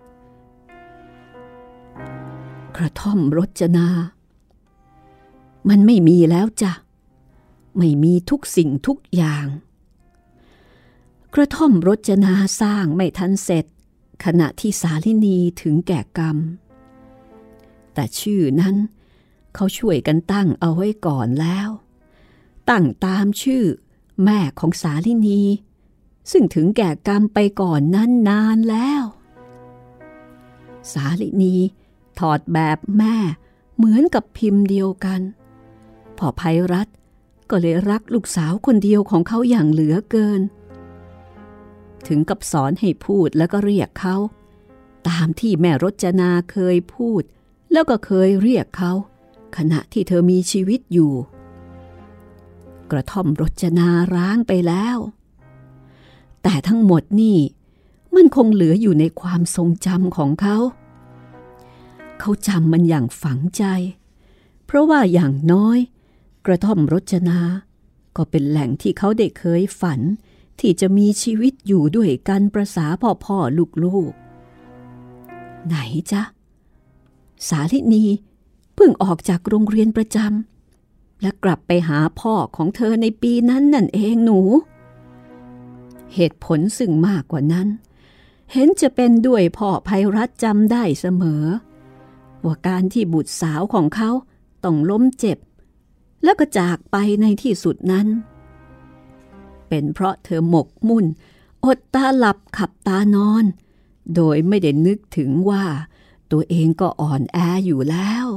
กระท่อมรจนามันไม่มีแล้วจ้ะไม่มีทุกสิ่งทุกอย่างกระท่อมรจนาสร้างไม่ทันเสร็จขณะที่สาลินีถึงแก่กรรมแต่ชื่อนั้นเขาช่วยกันตั้งเอาไว้ก่อนแล้วตั้งตามชื่อแม่ของสาลินีซึ่งถึงแก่กรรมไปก่อนนั้นนานแล้วสาลินีถอดแบบแม่เหมือนกับพิมพ์เดียวกันพ่อไพรัตน์ก็เลยรักลูกสาวคนเดียวของเขาอย่างเหลือเกินถึงกับสอนให้พูดแล้วก็เรียกเขาตามที่แม่รจนาเคยพูดแล้วก็เคยเรียกเขาขณะที่เธอมีชีวิตอยู่กระท่อมรจนาร้างไปแล้วแต่ทั้งหมดนี่มันคงเหลืออยู่ในความทรงจำของเขาจำมันอย่างฝังใจเพราะว่าอย่างน้อยกระท่อมรจนาก็เป็นแหล่งที่เขาได้เคยฝันที่จะมีชีวิตอยู่ด้วยกันประสาพ่อลูกไหนจ๊ะสาลินีเพิ่งออกจากโรงเรียนประจำและกลับไปหาพ่อของเธอในปีนั้นนั่นเองหนูเหตุผลซึ่งมากกว่านั้นเห็นจะเป็นด้วยพ่อไพรัตน์จำได้เสมอว่าการที่บุตรสาวของเขาต้องล้มเจ็บแล้วก็จากไปในที่สุดนั้นเป็นเพราะเธอหมกมุ่นอดตาหลับขับตานอนโดยไม่ได้นึกถึงว่าตัวเองก็อ่อนแออยู่แล้ว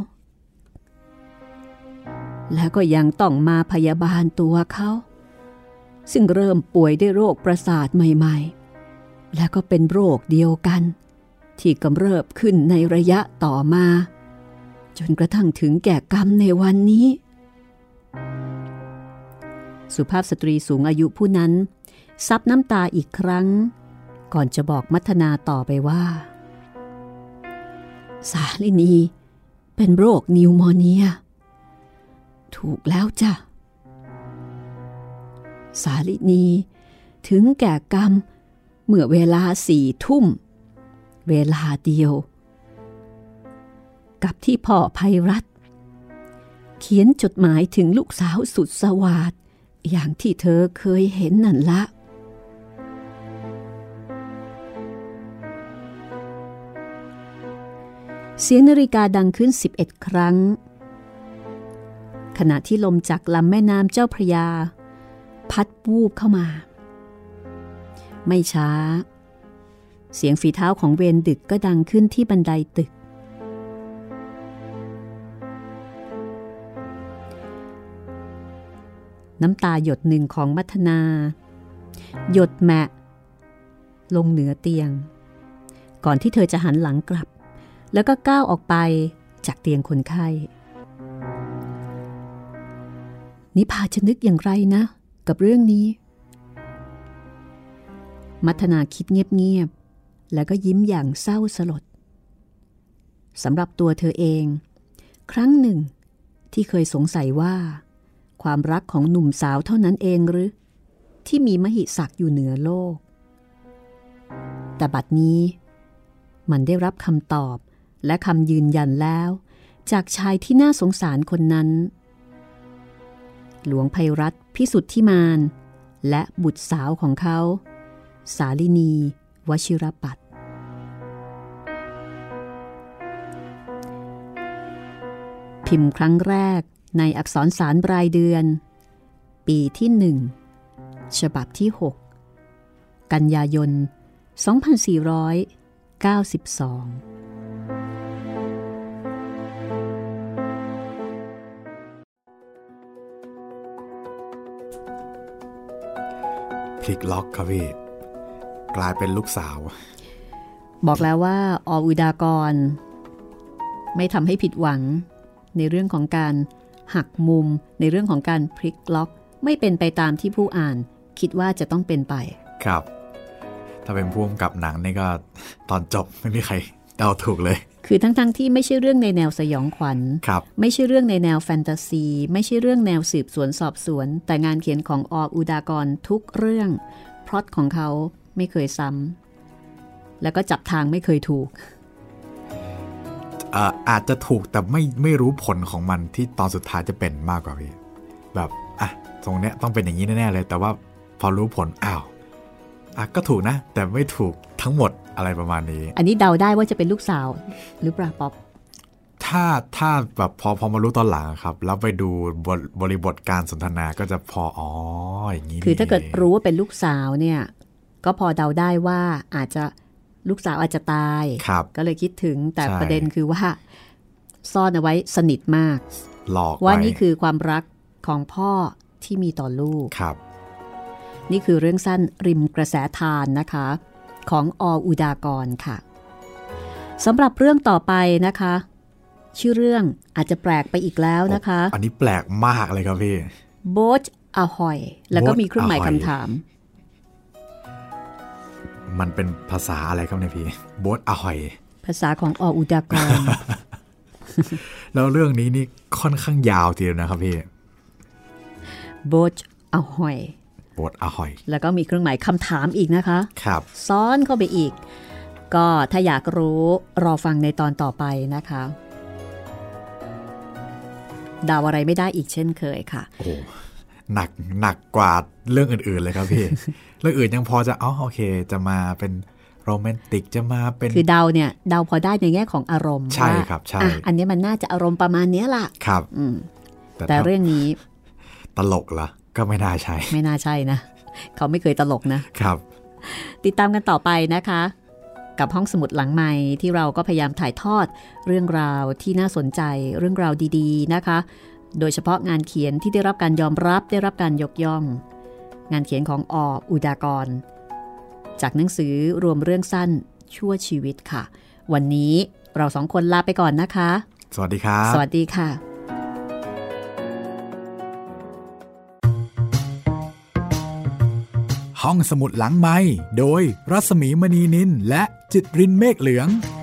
แล้วก็ยังต้องมาพยาบาลตัวเขาซึ่งเริ่มป่วยด้วยโรคประสาทใหม่ๆและก็เป็นโรคเดียวกันที่กำเริบขึ้นในระยะต่อมาจนกระทั่งถึงแก่กรรมในวันนี้สุภาพสตรีสูงอายุผู้นั้นซับน้ำตาอีกครั้งก่อนจะบอกมัทนาต่อไปว่าสาลินีเป็นโรคนิวโมเนียถูกแล้วจ้ะสาลินีถึงแก่กรรมเมื่อเวลา4 ทุ่มเวลาเดียวกับที่พ่อไพรัตน์เขียนจดหมายถึงลูกสาวสุดสวาทอย่างที่เธอเคยเห็นนั่นละเสียงนาฬิกาดังขึ้น11 ครั้งขณะที่ลมจากลำแม่น้ำเจ้าพระยาพัดวูบเข้ามาไม่ช้าเสียงฝีเท้าของเวรดึกก็ดังขึ้นที่บันไดตึกน้ำตาหยดหนึ่งของมัทนาหยดแมะลงเหนือเตียงก่อนที่เธอจะหันหลังกลับแล้วก็ก้าวออกไปจากเตียงคนไข้นิพาจะนึกอย่างไรนะกับเรื่องนี้มัทนาคิดเงียบๆแล้วก็ยิ้มอย่างเศร้าสลดสำหรับตัวเธอเองครั้งหนึ่งที่เคยสงสัยว่าความรักของหนุ่มสาวเท่านั้นเองหรือที่มีมหิศักดิ์อยู่เหนือโลกแต่บัดนี้มันได้รับคำตอบและคำยืนยันแล้วจากชายที่น่าสงสารคนนั้นหลวงไพรัตน์พิสุทธิมานและบุตรสาวของเขาสาลินีวชิรปัตรพิมพ์ครั้งแรกในอักษรสารรายเดือนปีที่1ฉบับที่6กันยายน2492 พลิกล็อกครับพี่กลายเป็นลูกสาวบอกแล้วว่าออุดากรไม่ทำให้ผิดหวังในเรื่องของการหักมุมในเรื่องของการพลิกล็อกไม่เป็นไปตามที่ผู้อ่านคิดว่าจะต้องเป็นไปครับถ้าเป็นผู้กำกับหนังนี่ก็ตอนจบไม่มีใครเดาถูกเลยคือทั้งที่ไม่ใช่เรื่องในแนวสยองขวัญไม่ใช่เรื่องในแนวแฟนตาซีไม่ใช่เรื่องแนวสืบสวนสอบสวนแต่งานเขียนของอุดากรทุกเรื่องพล็อตของเขาไม่เคยซ้ำแล้วก็จับทางไม่เคยถูกอาจจะถูกแต่ไม่รู้ผลของมันที่ตอนสุดท้ายจะเป็นมากกว่าพี่แบบตรงเนี้ยต้องเป็นอย่างนี้แน่ๆเลยแต่ว่าพอรู้ผลก็ถูกนะแต่ไม่ถูกทั้งหมดอะไรประมาณนี้อันนี้เดาได้ว่าจะเป็นลูกสาวหรือเปล่าป๊อปถ้าแบบพอมารู้ตอนหลังครับแล้วไปดูบริบทการสนทนาก็จะพออย่างนี้คือถ้าเกิดรู้ว่าเป็นลูกสาวเนี่ยก็พอเดาได้ว่าอาจจะลูกสาวอาจจะตายก็เลยคิดถึงแต่ประเด็นคือว่าซ่อนเอาไว้สนิทมากหลอกว่านี่คือความรักของพ่อที่มีต่อลูกนี่คือเรื่องสั้นริมกระแสทานนะคะของอุดากรค่ะสำหรับเรื่องต่อไปนะคะชื่อเรื่องอาจจะแปลกไปอีกแล้วนะคะอันนี้แปลกมากเลยครับพี่ Boat Ahoy แล้วก็มีเครื่องหมายคำถามมันเป็นภาษาอะไรครับเนี่ยพี่ Boat Ahoy ภาษาของอุดากรแล้วเรื่องนี้นี่ค่อนข้างยาวทีเดียวนะครับพี่ Boat Ahoy Boat Ahoy แล้วก็มีเครื่องหมายคำถามอีกนะคะครับซ้อนเข้าไปอีกก็ถ้าอยากรู้รอฟังในตอนต่อไปนะคะเดาอะไรไม่ได้อีกเช่นเคยค่ะโอ้หนักกว่าเรื่องอื่นๆเลยครับพี่ เรื่องอื่นยังพอจะโอเคจะมาเป็นโรแมนติกจะมาเป็นคือเดาพอได้ในแง่ของอารมณ์ใช่ครับใช่อันนี้มันน่าจะอารมณ์ประมาณนี้ล่ะครับแต่เรื่องนี้ตลกเหรอก็ไม่น่าใช่ไม่น่าใช่นะเขาไม่เคยตลกนะครับติดตามกันต่อไปนะคะกับห้องสมุดหลังใหม่ที่เราก็พยายามถ่ายทอดเรื่องราวที่น่าสนใจเรื่องราวดีๆนะคะโดยเฉพาะงานเขียนที่ได้รับการยอมรับได้รับการยกย่องงานเขียนของอุดากรจากหนังสือรวมเรื่องสั้นชั่วชีวิตค่ะวันนี้เราสองคนลาไปก่อนนะคะสวัสดีครับสวัสดีค่ะห้องสมุดหลังไมค์โดยรัศมีมณีนินและจิตรินเมฆเหลือง